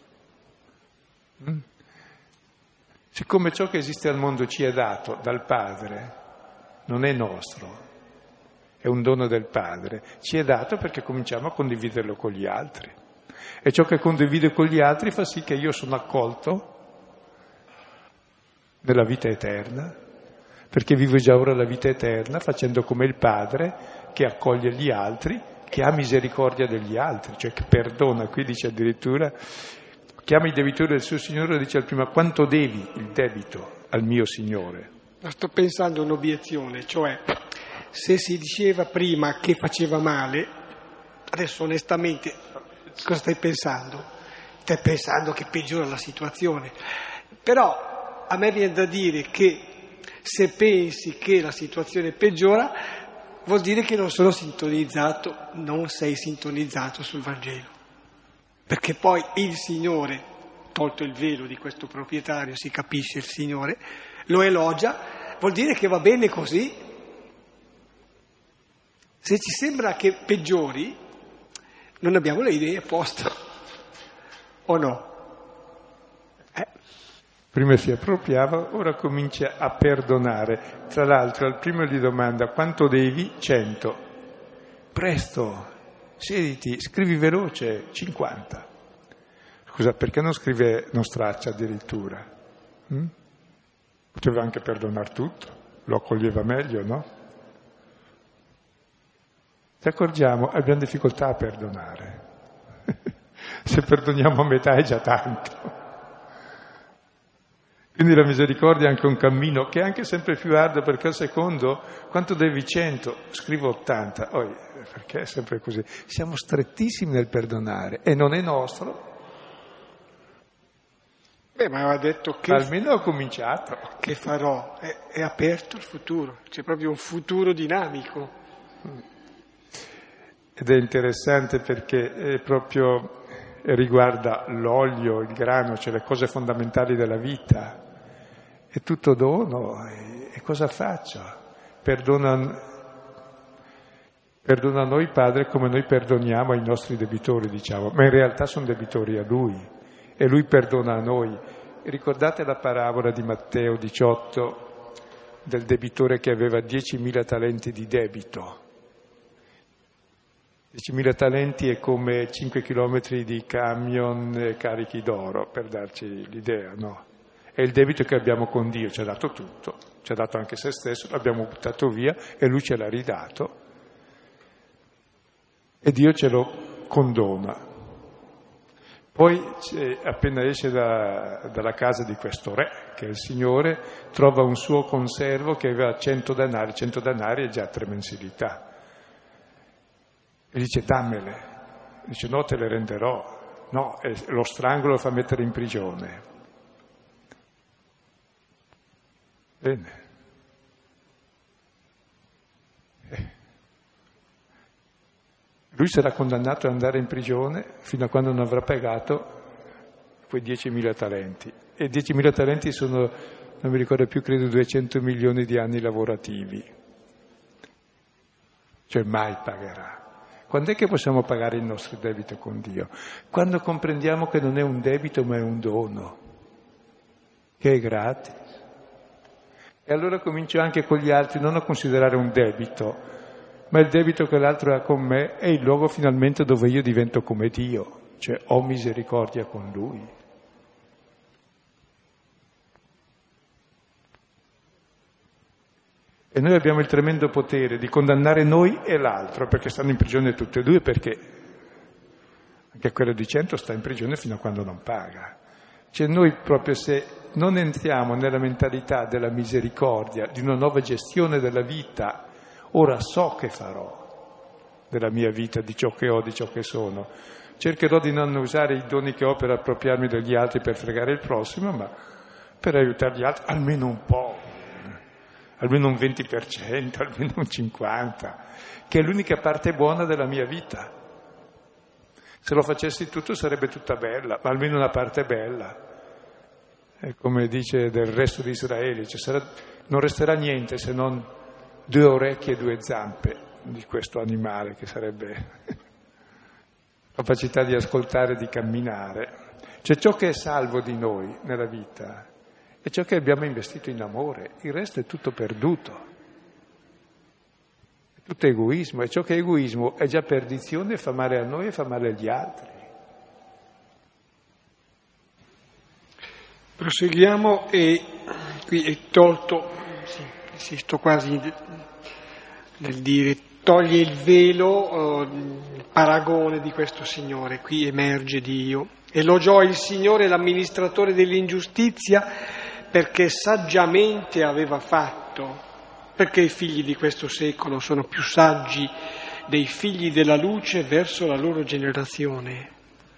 Mm? Siccome ciò che esiste al mondo ci è dato dal Padre, non è nostro, è un dono del Padre, ci è dato perché cominciamo a condividerlo con gli altri. E ciò che condivido con gli altri fa sì che io sono accolto nella vita eterna, perché vivo già ora la vita eterna facendo come il Padre che accoglie gli altri, che ha misericordia degli altri, cioè che perdona. Qui dice addirittura: chiama i debitori del suo Signore e dice al primo: quanto devi il debito al mio Signore? Sto pensando un'obiezione, cioè se si diceva prima che faceva male, adesso onestamente cosa stai pensando? Stai pensando che peggiora la situazione. Però a me viene da dire che se pensi che la situazione peggiora, vuol dire che non sono sintonizzato, non sei sintonizzato sul Vangelo. Perché poi il Signore, tolto il velo di questo proprietario, si capisce il Signore, lo elogia, vuol dire che va bene così. Se ci sembra che peggiori, non abbiamo le idee a posto, o no? Eh? Prima si appropriava, ora comincia a perdonare. Tra l'altro al primo gli domanda: quanto devi? Cento. Presto, siediti, scrivi veloce, cinquanta. Scusa, perché non scrive, non straccia addirittura? Hm? Poteva anche perdonare tutto, lo accoglieva meglio, no? Ci accorgiamo, abbiamo difficoltà a perdonare. Se perdoniamo a metà è già tanto. Quindi la misericordia è anche un cammino che è anche sempre più arduo, perché al secondo, quanto devi? cento, scrivo ottanta. Oh, perché è sempre così? Siamo strettissimi nel perdonare e non è nostro. Beh, ma aveva detto che... Almeno ho cominciato. Che farò? È, è aperto il futuro, c'è proprio un futuro dinamico. Ed è interessante perché è proprio riguarda l'olio, il grano, cioè le cose fondamentali della vita. È tutto dono, e cosa faccio? Perdona, perdona noi Padre come noi perdoniamo ai nostri debitori, diciamo, ma in realtà sono debitori a Lui e Lui perdona a noi. Ricordate la parabola di Matteo diciotto del debitore che aveva diecimila talenti di debito? diecimila talenti è come cinque chilometri di camion carichi d'oro, per darci l'idea, no? È il debito che abbiamo con Dio, ci ha dato tutto, ci ha dato anche se stesso, l'abbiamo buttato via e Lui ce l'ha ridato e Dio ce lo condona. Poi appena esce da, dalla casa di questo re, che è il Signore, trova un suo conservo che aveva cento denari, cento denari è già tre mensilità. E dice dammele, dice no, te le renderò, no, e lo strangolo lo fa mettere in prigione. Bene. Eh. Lui sarà condannato ad andare in prigione fino a quando non avrà pagato quei diecimila talenti. E diecimila talenti sono, non mi ricordo più, credo duecento milioni di anni lavorativi. Cioè mai pagherà. Quando è che possiamo pagare il nostro debito con Dio? Quando comprendiamo che non è un debito ma è un dono, che è gratis. E allora comincio anche con gli altri non a considerare un debito, ma il debito che l'altro ha con me è il luogo finalmente dove io divento come Dio, cioè ho misericordia con Lui. E noi abbiamo il tremendo potere di condannare noi e l'altro, perché stanno in prigione tutti e due, perché anche quello di cento sta in prigione fino a quando non paga. Cioè noi proprio se non entriamo nella mentalità della misericordia, di una nuova gestione della vita, ora so che farò della mia vita, di ciò che ho, di ciò che sono. Cercherò di non usare i doni che ho per appropriarmi degli altri per fregare il prossimo, ma per aiutare gli altri almeno un po'. Almeno un venti per cento, almeno un cinquanta per cento, che è l'unica parte buona della mia vita. Se lo facessi tutto sarebbe tutta bella, ma almeno una parte bella. È come dice del resto di Israele, cioè sarà, non resterà niente se non due orecchie e due zampe di questo animale, che sarebbe capacità di ascoltare e di camminare. Cioè ciò che è salvo di noi nella vita è ciò che abbiamo investito in amore, il resto è tutto perduto, è tutto egoismo, e ciò che è egoismo è già perdizione, fa male a noi e fa male agli altri. Proseguiamo e qui è tolto, sì, insisto quasi nel dire, toglie il velo, il paragone di questo Signore, qui emerge Dio. Elogiò il Signore l'amministratore dell'ingiustizia perché saggiamente aveva fatto, perché i figli di questo secolo sono più saggi dei figli della luce verso la loro generazione.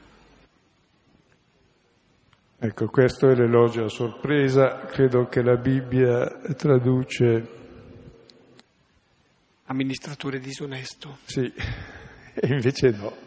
Ecco, questo è l'elogio a sorpresa, credo che la Bibbia traduce... Amministratore disonesto. Sì, e invece no.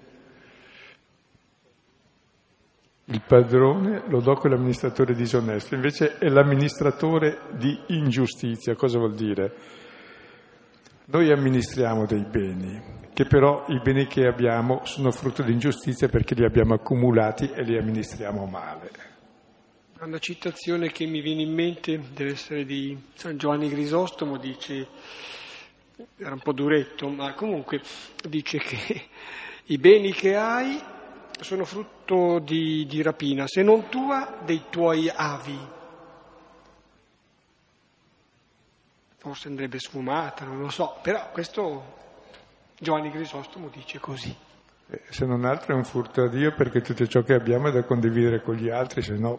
Il padrone lo do quell'amministratore disonesto, invece è l'amministratore di ingiustizia. Cosa vuol dire? Noi amministriamo dei beni, che però i beni che abbiamo sono frutto di ingiustizia perché li abbiamo accumulati e li amministriamo male. Una citazione che mi viene in mente deve essere di San Giovanni Crisostomo, dice, era un po' duretto, ma comunque dice che i beni che hai sono frutto di, di rapina, se non tua, dei tuoi avi. Forse andrebbe sfumata, non lo so, però questo Giovanni Crisostomo dice così. Eh, se non altro è un furto a Dio, perché tutto ciò che abbiamo è da condividere con gli altri, se no...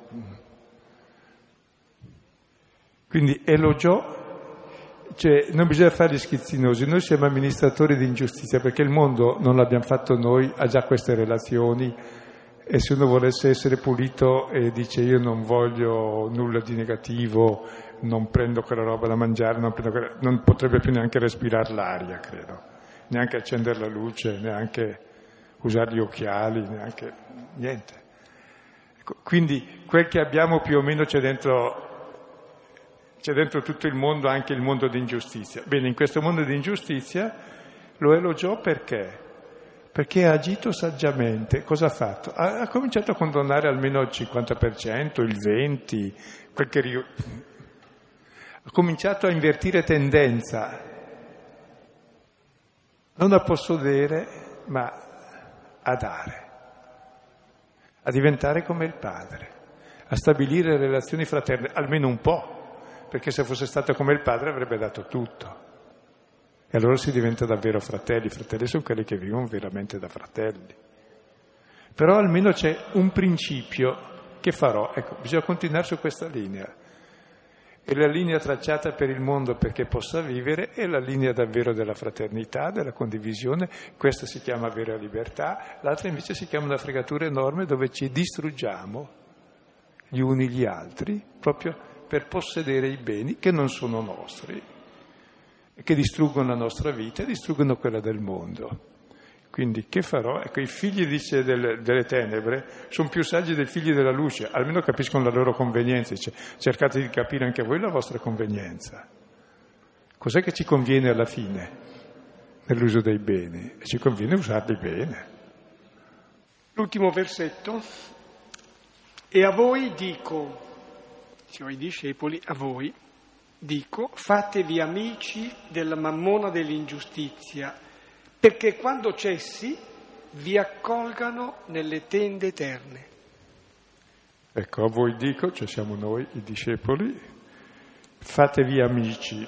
Quindi elogiò, cioè non bisogna fare gli schizzinosi, noi siamo amministratori di ingiustizia, perché il mondo non l'abbiamo fatto noi, ha già queste relazioni, e se uno volesse essere pulito e dice io non voglio nulla di negativo, non prendo quella roba da mangiare, non, prendo quella... non potrebbe più neanche respirare l'aria, credo, neanche accendere la luce, neanche usare gli occhiali, neanche niente. Quindi quel che abbiamo più o meno c'è dentro... C'è dentro tutto il mondo, anche il mondo di ingiustizia. Bene, in questo mondo di ingiustizia lo elogiò perché? Perché ha agito saggiamente. Cosa ha fatto? Ha, ha cominciato a condonare almeno il cinquanta per cento, il venti per cento, quel che ri... ha cominciato a invertire tendenza, non a possedere, ma a dare, a diventare come il padre, a stabilire relazioni fraterne, almeno un po'. Perché se fosse stato come il padre avrebbe dato tutto. E allora si diventa davvero fratelli. I fratelli sono quelli che vivono veramente da fratelli. Però almeno c'è un principio che farò. Ecco, bisogna continuare su questa linea. E la linea tracciata per il mondo perché possa vivere è la linea davvero della fraternità, della condivisione. Questa si chiama vera libertà, l'altra invece si chiama una fregatura enorme dove ci distruggiamo gli uni gli altri, proprio per possedere i beni che non sono nostri e che distruggono la nostra vita e distruggono quella del mondo. Quindi che farò? Ecco, i figli, dice, delle, delle tenebre sono più saggi dei figli della luce, almeno capiscono la loro convenienza. Dice, cercate di capire anche voi la vostra convenienza. Cos'è che ci conviene alla fine nell'uso dei beni? E ci conviene usarli bene. L'ultimo versetto. E a voi dico, cioè ai discepoli, a voi dico, fatevi amici della mammona dell'ingiustizia, perché quando cessi vi accolgano nelle tende eterne. Ecco, a voi dico, cioè siamo noi, i discepoli, fatevi amici.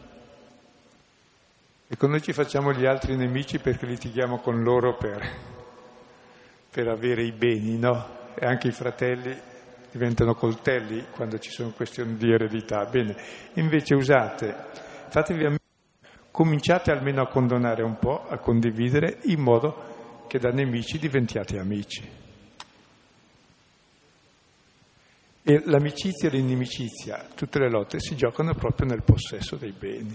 Ecco, noi ci facciamo gli altri nemici perché litighiamo con loro per, per avere i beni, no? E anche i fratelli diventano coltelli quando ci sono questioni di eredità. Bene, invece usate, fatevi amici, cominciate almeno a condonare un po', a condividere, in modo che da nemici diventiate amici. E l'amicizia e l'inimicizia, tutte le lotte si giocano proprio nel possesso dei beni.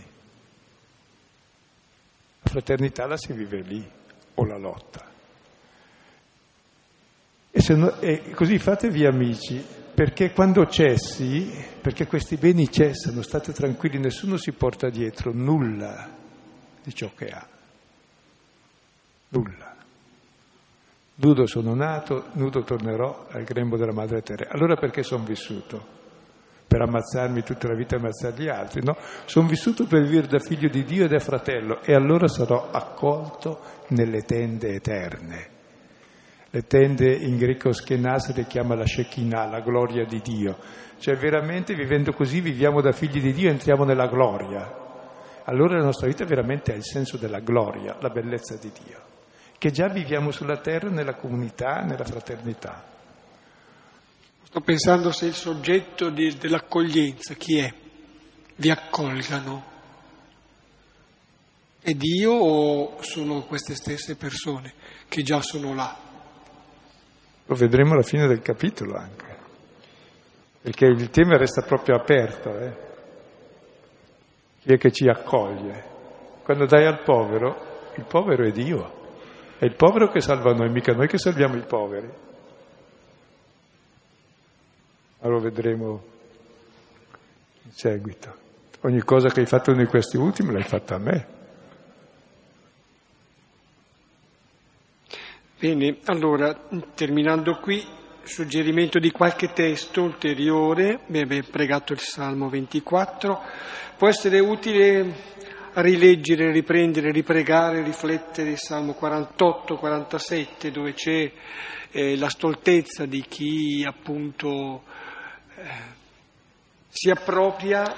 La fraternità la si vive lì, o la lotta. E, se no, e così fatevi amici, perché quando cessi, perché questi beni cessano, state tranquilli, nessuno si porta dietro nulla di ciò che ha. Nulla. Nudo sono nato, nudo tornerò al grembo della madre terra. Allora perché sono vissuto? Per ammazzarmi tutta la vita e ammazzare gli altri? No, sono vissuto per vivere da figlio di Dio e da fratello, e allora sarò accolto nelle tende eterne. Le tende in greco schenas le chiama la Shekinah, la gloria di Dio. Cioè veramente vivendo così viviamo da figli di Dio e entriamo nella gloria. Allora la nostra vita veramente ha il senso della gloria, la bellezza di Dio, che già viviamo sulla terra nella comunità, nella fraternità. Sto pensando se il soggetto di, dell'accoglienza, chi è? Vi accolgano. È Dio o sono queste stesse persone che già sono là? Lo vedremo alla fine del capitolo anche, perché il tema resta proprio aperto. Eh? Chi è che ci accoglie? Quando dai al povero, il povero è Dio. È il povero che salva noi, mica noi che salviamo i poveri. Ma lo vedremo in seguito. Ogni cosa che hai fatto di questi ultimi l'hai fatta a me. Bene, allora, terminando qui, suggerimento di qualche testo ulteriore, mi abbiamo pregato il Salmo ventiquattro, può essere utile a rileggere, riprendere, ripregare, riflettere il Salmo quarantotto quarantasette, dove c'è eh, la stoltezza di chi appunto eh, si appropria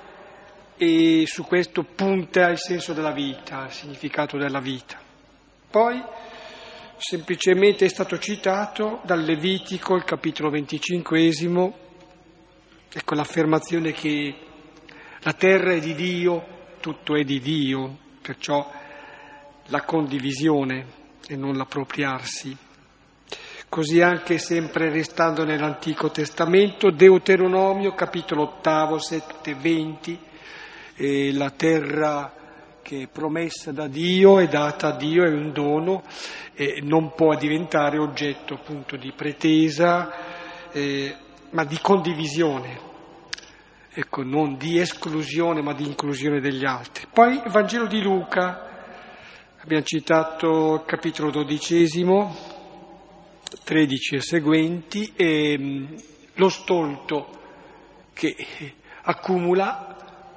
e su questo punta il senso della vita, il significato della vita. Poi semplicemente è stato citato dal Levitico, il capitolo venticinquesimo, ecco l'affermazione che la terra è di Dio, tutto è di Dio, perciò la condivisione e non l'appropriarsi. Così anche sempre restando nell'Antico Testamento, Deuteronomio, capitolo ottavo, sette, venti, eh, la terra che è promessa da Dio, è data a Dio, è un dono, e non può diventare oggetto appunto di pretesa, eh, ma di condivisione. Ecco, non di esclusione, ma di inclusione degli altri. Poi il Vangelo di Luca, abbiamo citato il capitolo dodicesimo, tredici e seguenti, e lo stolto che accumula,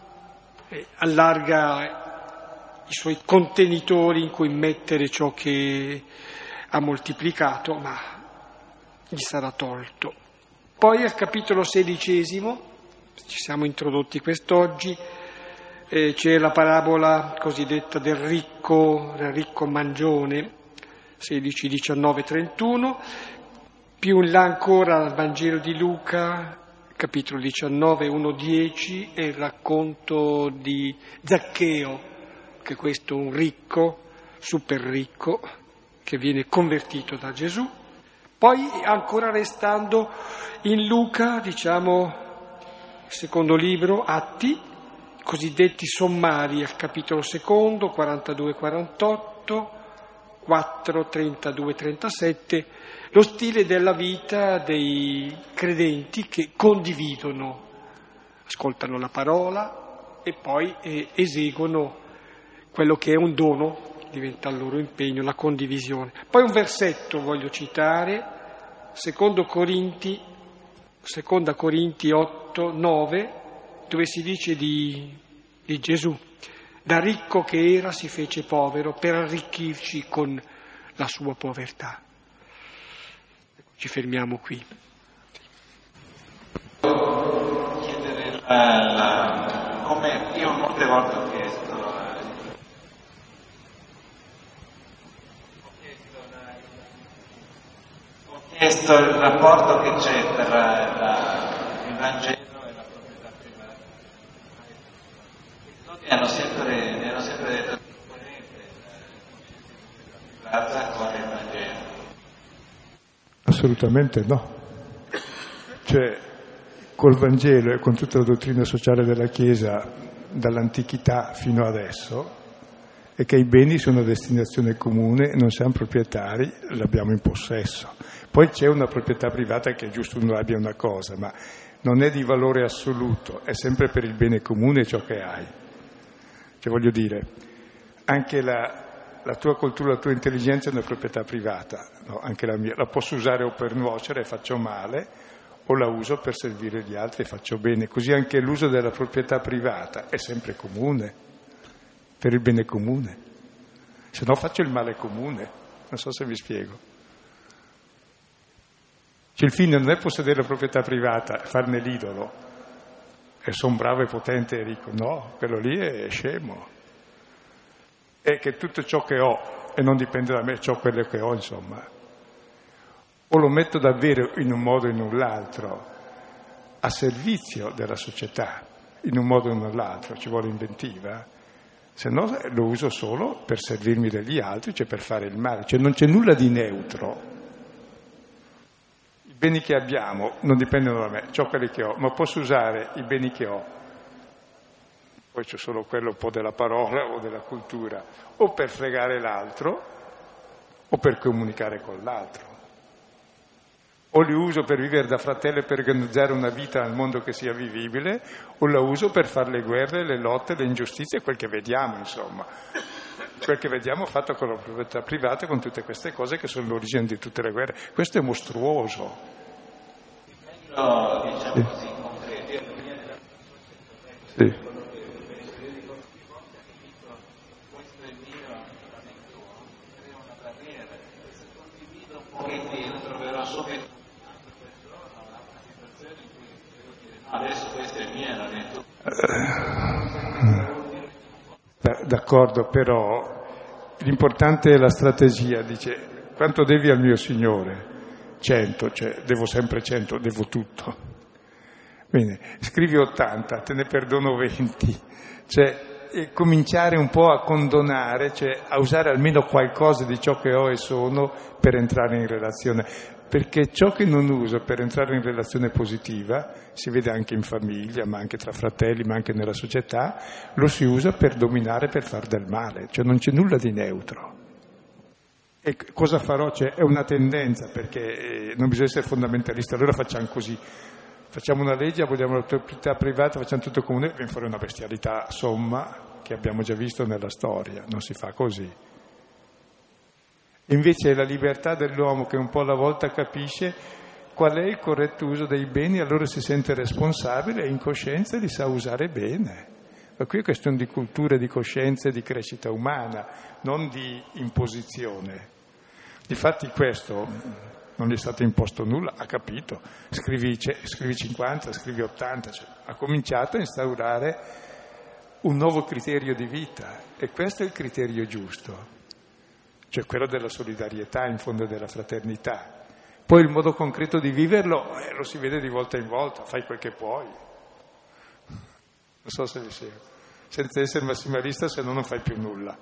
eh, allarga i suoi contenitori in cui mettere ciò che ha moltiplicato, ma gli sarà tolto. Poi al capitolo sedicesimo, ci siamo introdotti quest'oggi, eh, c'è la parabola cosiddetta del ricco, del ricco mangione, sedici, diciannove, trentuno, più in là ancora il Vangelo di Luca, capitolo diciannove, uno, dieci, e il racconto di Zaccheo, che questo è un ricco, super ricco, che viene convertito da Gesù. Poi ancora restando in Luca, diciamo, il secondo libro, Atti, cosiddetti sommari, al capitolo secondo, quarantadue quarantotto, quattro, trentadue trentasette, lo stile della vita dei credenti che condividono, ascoltano la parola e poi eh, eseguono quello che è un dono, diventa il loro impegno, la condivisione. Poi un versetto voglio citare, secondo Corinti, seconda Corinti otto, nove, dove si dice di, di Gesù: da ricco che era si fece povero per arricchirci con la sua povertà. Ci fermiamo qui. Chiedere la, la, come io molte volte ho chiesto, eh, ho chiesto, la, ho chiesto il rapporto che c'è tra la, il Vangelo e la proprietà privata. I tutti hanno sempre, mi hanno sempre detto che è coerente la proprietà privata con il Vangelo. Assolutamente no. Cioè, col Vangelo e con tutta la dottrina sociale della Chiesa dall'antichità fino adesso è che i beni sono a destinazione comune, non siamo proprietari, l'abbiamo in possesso. Poi c'è una proprietà privata che è giusto uno abbia una cosa, ma non è di valore assoluto, è sempre per il bene comune ciò che hai. Cioè, voglio dire, anche la La tua cultura, la tua intelligenza è una proprietà privata, no? Anche la mia. La posso usare o per nuocere e faccio male, o la uso per servire gli altri e faccio bene. Così anche l'uso della proprietà privata è sempre comune, per il bene comune. Se no faccio il male comune, non so se vi spiego. Cioè, il fine non è possedere la proprietà privata e farne l'idolo, e sono bravo e potente e ricco, no, quello lì è scemo. È che tutto ciò che ho, e non dipende da me, ciò quello che ho, insomma, o lo metto davvero in un modo o in un l'altro, a servizio della società, in un modo o in un l'altro, ci vuole inventiva, se no lo uso solo per servirmi degli altri, cioè per fare il male, cioè non c'è nulla di neutro. I beni che abbiamo non dipendono da me, ciò quelli che ho, ma posso usare i beni che ho. Poi c'è solo quello un po' della parola o della cultura, o per fregare l'altro o per comunicare con l'altro. O li uso per vivere da fratello e per organizzare una vita al mondo che sia vivibile, o la uso per fare le guerre, le lotte, le ingiustizie, quel che vediamo, insomma. Quel che vediamo fatto con la proprietà privata, con tutte queste cose che sono l'origine di tutte le guerre. Questo è mostruoso. esempio, diciamo sì. così, concreto. Io per mia Sì. quello che penso di dire di volte ha capito, questo è mio, non è tuo, crea una barriera. Se condivido un pochettino troverò subito un'altra persona, un'altra situazione in cui devo dire no, adesso questo è mio, non è tuo. D'accordo, però l'importante è la strategia, dice, quanto devi al mio Signore? cento, cioè devo sempre cento, devo tutto. Bene, scrivi ottanta, te ne perdono venti, cioè e cominciare un po' a condonare, cioè a usare almeno qualcosa di ciò che ho e sono per entrare in relazione, perché ciò che non uso per entrare in relazione positiva, si vede anche in famiglia, ma anche tra fratelli, ma anche nella società, lo si usa per dominare, per far del male, cioè non c'è nulla di neutro. E cosa farò? Cioè, è una tendenza, perché non bisogna essere fondamentalisti, allora facciamo così, facciamo una legge, aboliamo la proprietà privata, facciamo tutto comune, viene fuori una bestialità somma che abbiamo già visto nella storia, non si fa così. Invece è la libertà dell'uomo che un po' alla volta capisce qual è il corretto uso dei beni, allora si sente responsabile e in coscienza li sa usare bene. Ma qui è questione di cultura, di coscienza e di crescita umana, non di imposizione. Difatti questo non gli è stato imposto nulla, ha capito, scrivi, scrivi cinquanta, scrivi ottanta, cioè, ha cominciato a instaurare un nuovo criterio di vita e questo è il criterio giusto. Cioè quello della solidarietà in fondo della fraternità. Poi il modo concreto di viverlo eh, lo si vede di volta in volta, fai quel che puoi. Non so se vi seguo. Senza essere massimalista, se no non fai più nulla.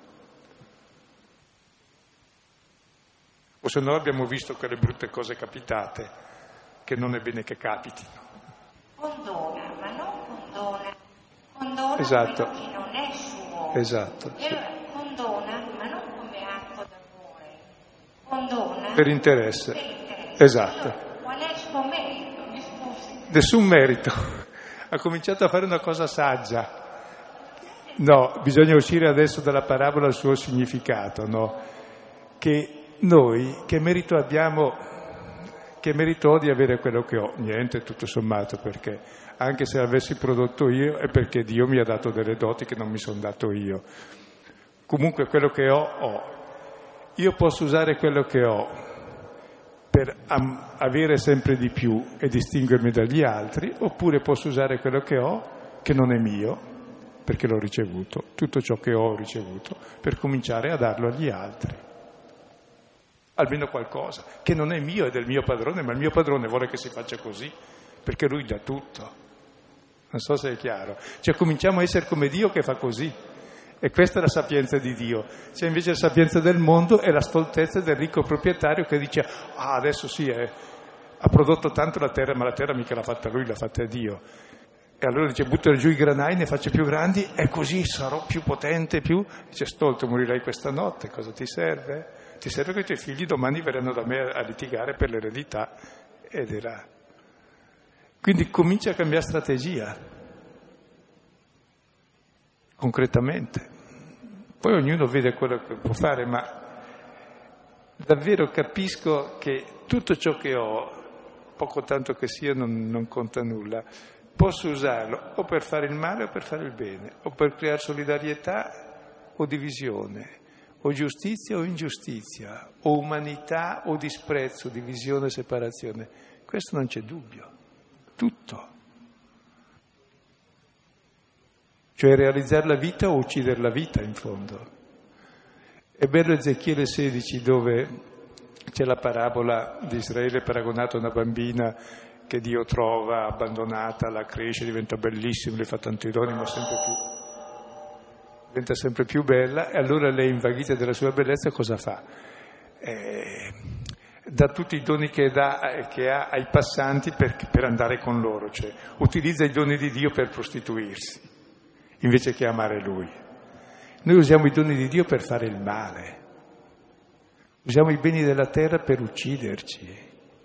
O se no abbiamo visto quelle brutte cose capitate, che non è bene che capitino. Condona, ma non condona. Condona Esatto. quello che non è suo. Esatto. E allora condona, ma non come atto d'amore. Condona Per interesse. per interesse. Esatto. Allora, qual è il suo merito? Mi scusi. Nessun merito. Ha cominciato a fare una cosa saggia. No, bisogna uscire adesso dalla parabola al suo significato, no? Che noi, che merito abbiamo, che merito ho di avere quello che ho? Niente, tutto sommato, perché anche se l'avessi prodotto io è perché Dio mi ha dato delle doti che non mi sono dato io. Comunque quello che ho, ho. Io posso usare quello che ho per am- avere sempre di più e distinguermi dagli altri, oppure posso usare quello che ho, che non è mio, perché l'ho ricevuto, tutto ciò che ho ricevuto, per cominciare a darlo agli altri. Almeno qualcosa, che non è mio, è del mio padrone, ma il mio padrone vuole che si faccia così, perché lui dà tutto. Non so se è chiaro. Cioè cominciamo a essere come Dio che fa così. E questa è la sapienza di Dio. C'è invece la sapienza del mondo e la stoltezza del ricco proprietario che dice ah, adesso sì, eh, ha prodotto tanto la terra, ma la terra mica l'ha fatta lui, l'ha fatta Dio. E allora dice buttano giù i granai, ne faccio più grandi e così sarò più potente, più... Dice stolto, morirai questa notte, cosa ti serve? Ti serve che i tuoi figli domani verranno da me a litigare per l'eredità ed era. Quindi comincia a cambiare strategia, concretamente. Poi ognuno vede quello che può fare, ma davvero capisco che tutto ciò che ho, poco tanto che sia, non, non conta nulla. Posso usarlo o per fare il male o per fare il bene, o per creare solidarietà o divisione, o giustizia o ingiustizia, o umanità o disprezzo, divisione o separazione. Questo non c'è dubbio, tutto. Cioè realizzare la vita o uccidere la vita in fondo. È bello Ezechiele sedici dove c'è la parabola di Israele paragonato a una bambina che Dio trova abbandonata, la cresce, diventa bellissima, le fa tanti doni, ma sempre più, diventa sempre più bella, e allora lei, invaghita della sua bellezza, cosa fa? Eh, dà tutti i doni che, dà, che ha ai passanti per, per andare con loro, cioè utilizza i doni di Dio per prostituirsi, invece che amare Lui. Noi usiamo i doni di Dio per fare il male, usiamo i beni della terra per ucciderci,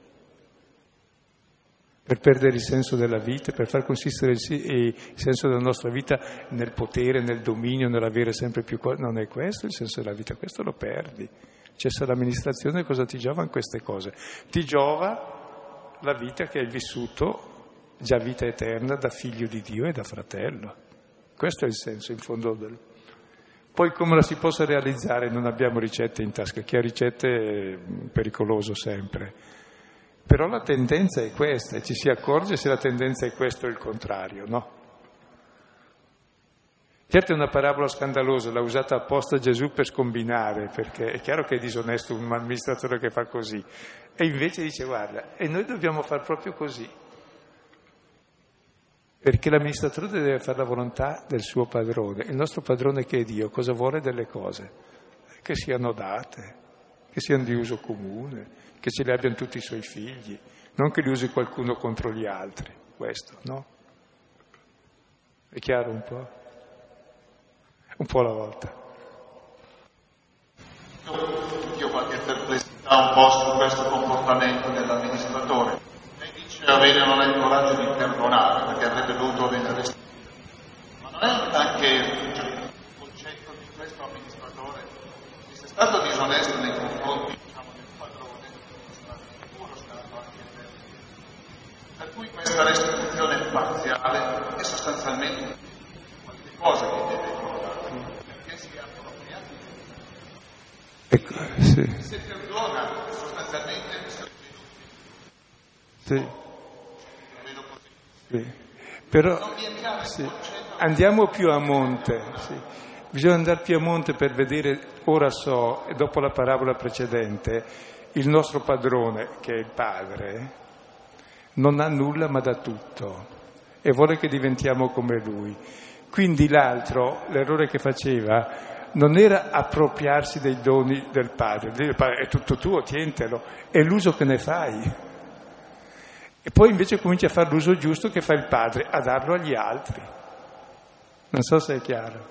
per perdere il senso della vita, per far consistere il senso della nostra vita nel potere, nel dominio, nell'avere sempre più cose. Non è questo il senso della vita, questo lo perdi. Cessa l'amministrazione, cosa ti giovano queste cose? Ti giova la vita che hai vissuto, già vita eterna, da figlio di Dio e da fratello. Questo è il senso in fondo del... Poi come la si possa realizzare non abbiamo ricette in tasca, chi ha ricette è pericoloso sempre. Però la tendenza è questa e ci si accorge se la tendenza è questa o il contrario, no? Certo è una parabola scandalosa, l'ha usata apposta Gesù per scombinare, perché è chiaro che è disonesto un amministratore che fa così. E invece dice, guarda, e noi dobbiamo far proprio così. Perché l'amministratore deve fare la volontà del suo padrone. Il nostro padrone che è Dio, cosa vuole delle cose? Che siano date, che siano di uso comune, che ce le abbiano tutti i suoi figli, non che li usi qualcuno contro gli altri. Questo, no? È chiaro un po'? Un po' alla volta. Io ho qualche perplessità un po' su questo comportamento dell'amministratore. Lei dice avere non ha il coraggio di perdonare perché avrebbe dovuto avere restituito. Ma non è anche il concetto di questo amministratore che se è stato disonesto nei confronti, diciamo, del padrone, è stato sicuro stato anche per. Per cui questa restituzione parziale è sostanzialmente qualche cosa che deve ricordare, perché si è appropriato. Ecco, sì. Se perdona, sostanzialmente si è Sì. Sì. Però sì. Andiamo più a monte, sì. Bisogna andare più a monte per vedere, ora so, e dopo la parabola precedente, il nostro padrone, che è il padre, non ha nulla ma dà tutto e vuole che diventiamo come lui. Quindi l'altro, l'errore che faceva, non era appropriarsi dei doni del padre, dire padre è tutto tuo, tientelo, è l'uso che ne fai. E poi invece comincia a fare l'uso giusto che fa il padre, a darlo agli altri. Non so se è chiaro.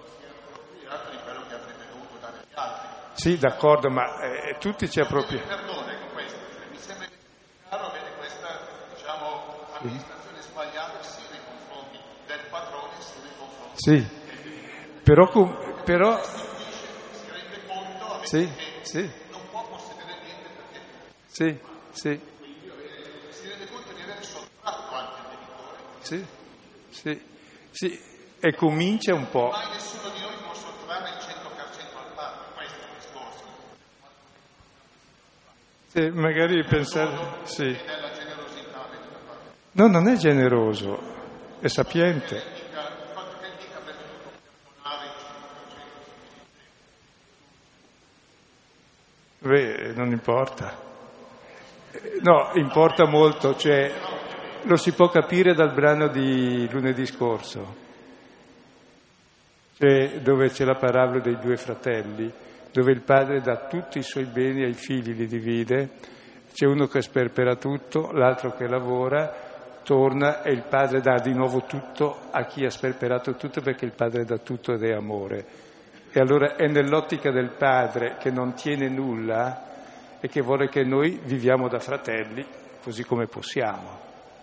Sì, d'accordo, ma eh, tutti ci appropriamo. Perdone con questo, mi sembra chiaro avere questa, diciamo, amministrazione sbagliata sia nei confronti del padrone sia nei confronti. Sì, però, però Si rende conto sì, che sì, non può possedere niente perché sì, sì, si rende conto di aver sottratto anche il debitore. sì, sì, sì, e comincia un po'. Mai nessuno di noi può sottrarre il cento per cento al padre, questo è il discorso. Sì, magari pensare, sì. Nella generosità vede da parte. No, non è generoso, è sapiente. Il fatto che dica avrebbe dovuto perdonare il cento per cento. Beh, non importa. No, importa molto, cioè lo si può capire dal brano di lunedì scorso, cioè dove c'è la parabola dei due fratelli, dove il padre dà tutti i suoi beni ai figli, li divide, c'è uno che sperpera tutto, l'altro che lavora, torna e il padre dà di nuovo tutto a chi ha sperperato tutto perché il padre dà tutto ed è amore. E allora è nell'ottica del padre che non tiene nulla e che vuole che noi viviamo da fratelli così come possiamo.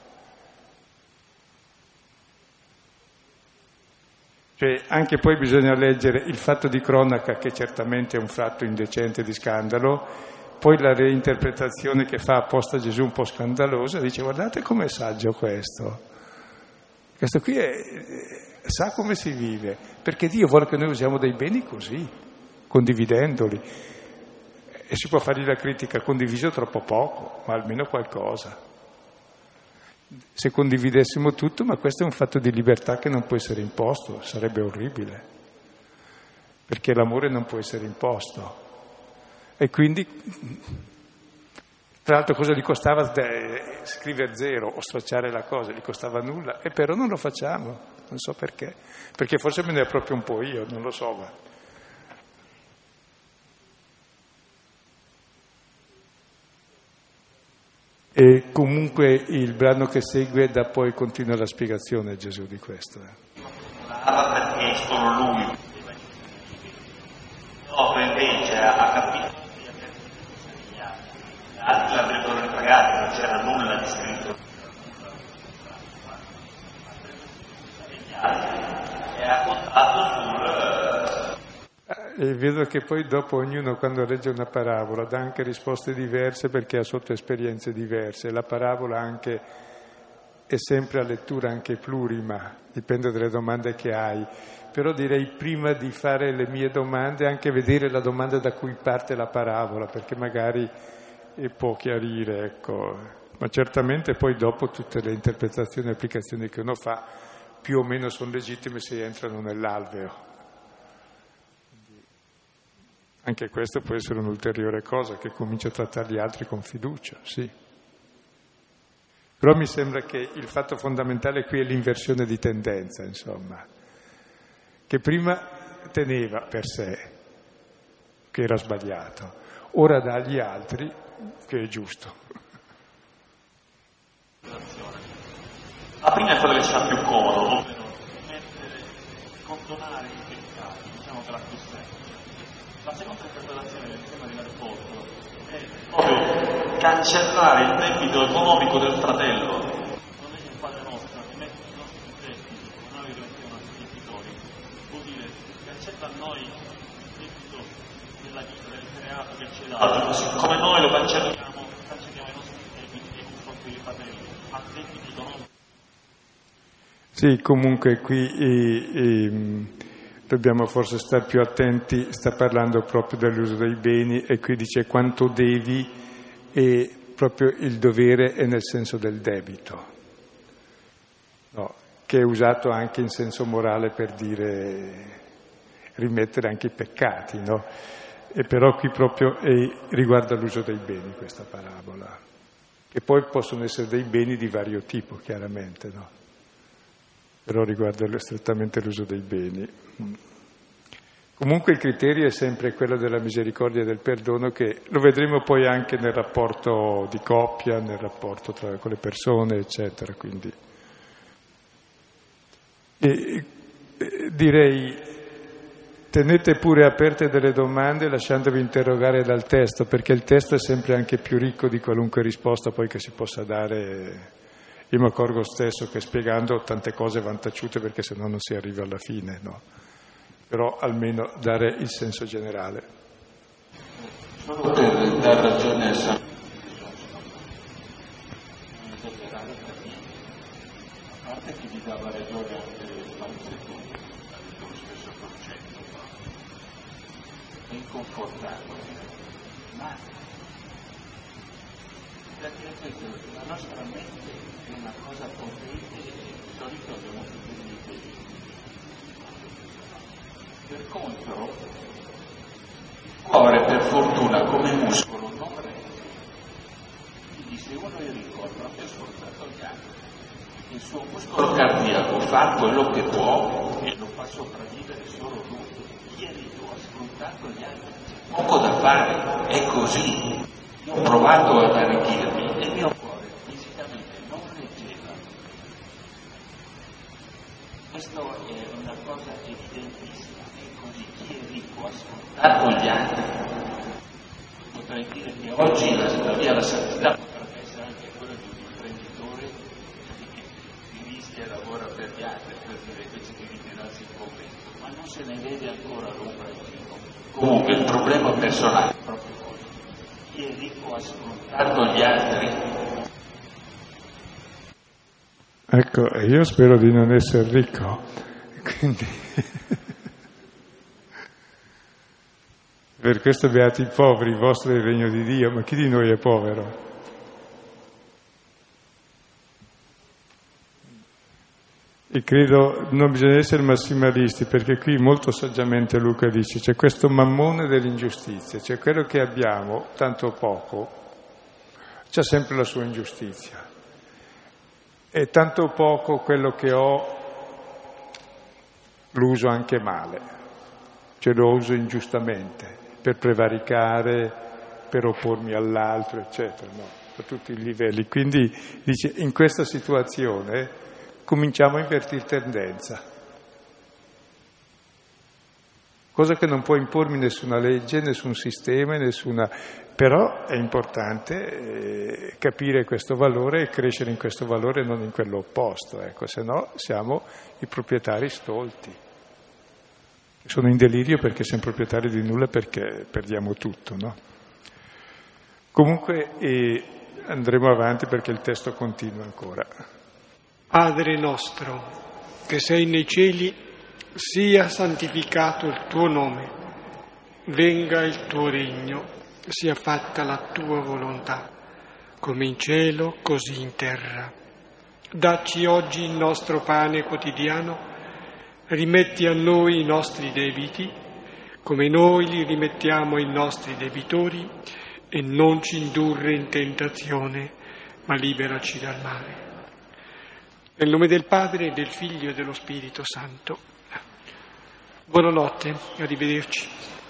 Cioè, anche poi bisogna leggere il fatto di cronaca, che certamente è un fatto indecente di scandalo, poi la reinterpretazione che fa apposta Gesù un po' scandalosa, dice guardate com'è saggio questo. Questo qui è, sa come si vive, perché Dio vuole che noi usiamo dei beni così, condividendoli. E si può fargli la critica, condiviso troppo poco, ma almeno qualcosa. Se condividessimo tutto, ma questo è un fatto di libertà che non può essere imposto, sarebbe orribile, perché l'amore non può essere imposto. E quindi, tra l'altro, cosa gli costava scrivere zero o stracciare la cosa? Gli costava nulla, e però non lo facciamo, non so perché, perché forse me ne approprio un po' io, non lo so, ma... E comunque il brano che segue dà poi continua la spiegazione a Gesù di questo. Eh. Perché solo lui dopo invece ha capito che gli altri l'avrebbero ripagato, non c'era nulla di scritto e ha contato sul e vedo che poi dopo ognuno quando legge una parabola dà anche risposte diverse perché ha sotto esperienze diverse. La parabola anche è sempre a lettura anche plurima, dipende dalle domande che hai. Però direi prima di fare le mie domande anche vedere la domanda da cui parte la parabola, perché magari può chiarire, ecco. Ma certamente poi dopo tutte le interpretazioni e applicazioni che uno fa più o meno sono legittime se entrano nell'alveo. Anche questo può essere un'ulteriore cosa, che comincia a trattare gli altri con fiducia, sì. Però mi sembra che il fatto fondamentale qui è l'inversione di tendenza, insomma, che prima teneva per sé, che era sbagliato, ora dà agli altri che è giusto. La prima è quella che ci fa più comodo, ovvero mettere, condonare i peccati, diciamo che la più semplice. La seconda interpretazione del tema di Narcoso è proprio cancellare il debito economico del fratello. Non è che il Padre nostro mette i nostri debiti, noi diventiamo vincitori, vuol dire cancella a noi il debito della vita, del creato che ci dà, così come noi lo cancelliamo, cancelliamo i nostri debiti nei confronti dei fratelli, ma debiti economici. Sì, comunque qui eh, eh, dobbiamo forse stare più attenti, sta parlando proprio dell'uso dei beni e qui dice quanto devi e proprio il dovere è nel senso del debito, no, che è usato anche in senso morale per dire rimettere anche i peccati, no? E però qui proprio è, riguarda l'uso dei beni questa parabola, e poi possono essere dei beni di vario tipo chiaramente, no? Però riguarda strettamente l'uso dei beni. Comunque il criterio è sempre quello della misericordia e del perdono, che lo vedremo poi anche nel rapporto di coppia, nel rapporto tra, con le persone, eccetera. Quindi e, e, direi tenete pure aperte delle domande lasciandovi interrogare dal testo, perché il testo è sempre anche più ricco di qualunque risposta poi che si possa dare. Io mi accorgo stesso che spiegando tante cose vanno taciute perché sennò non si arriva alla fine, no? Però almeno dare il senso generale. Solo per dar ragione a San a parte che gli dava ragione anche l'altro punto, lo stesso concetto, è inconfortante, ma perché questo, la nostra mente è una cosa potente e di solito abbiamo tutti dei impegni. Per contro, il cuore per fortuna come muscolo non regge. Quindi se uno è ricco ha proprio sforzato gli altri, il suo muscolo cardiaco fa quello che può e lo fa sopravvivere solo lui. Chi è ricco ha sfruttato gli altri, c'è poco da fare, è così. Io ho provato ad arricchirmi e il mio cuore fisicamente non reggeva. Questo è una cosa evidentissima, è così. Chi è ricco ha sfruttato gli altri. Potrei dire che oggi la, la via alla santità potrebbe essere anche quella di un imprenditore che rischia e lavora per gli altri, per dire invece di ritirarsi il convento, ma non se ne vede ancora l'ombra in giro. Comunque il problema personale è proprio chi è ricco ha sfruttato gli altri. Ecco, io spero di non essere ricco, quindi per questo beati i poveri, il vostro è il regno di Dio, ma chi di noi è povero? E credo non bisogna essere massimalisti, perché qui molto saggiamente Luca dice c'è questo mammone dell'ingiustizia, cioè quello che abbiamo, tanto o poco, c'ha sempre la sua ingiustizia. E tanto o poco quello che ho lo uso anche male, cioè lo uso ingiustamente, per prevaricare, per oppormi all'altro, eccetera, no? A tutti i livelli. Quindi dice, in questa situazione cominciamo a invertire tendenza, cosa che non può impormi nessuna legge, nessun sistema, nessuna... però è importante eh, capire questo valore e crescere in questo valore e non in quello opposto, ecco, se no siamo i proprietari stolti. Sono in delirio perché siamo proprietari di nulla, perché perdiamo tutto, no? Comunque eh, andremo avanti perché il testo continua ancora. Padre nostro, che sei nei cieli, sia santificato il tuo nome, venga il tuo regno, sia fatta la tua volontà, come in cielo, così in terra. Dacci oggi il nostro pane quotidiano, rimetti a noi i nostri debiti, come noi li rimettiamo ai nostri debitori, e non ci indurre in tentazione, ma liberaci dal male. Nel nome del Padre, del Figlio e dello Spirito Santo. Buonanotte, arrivederci.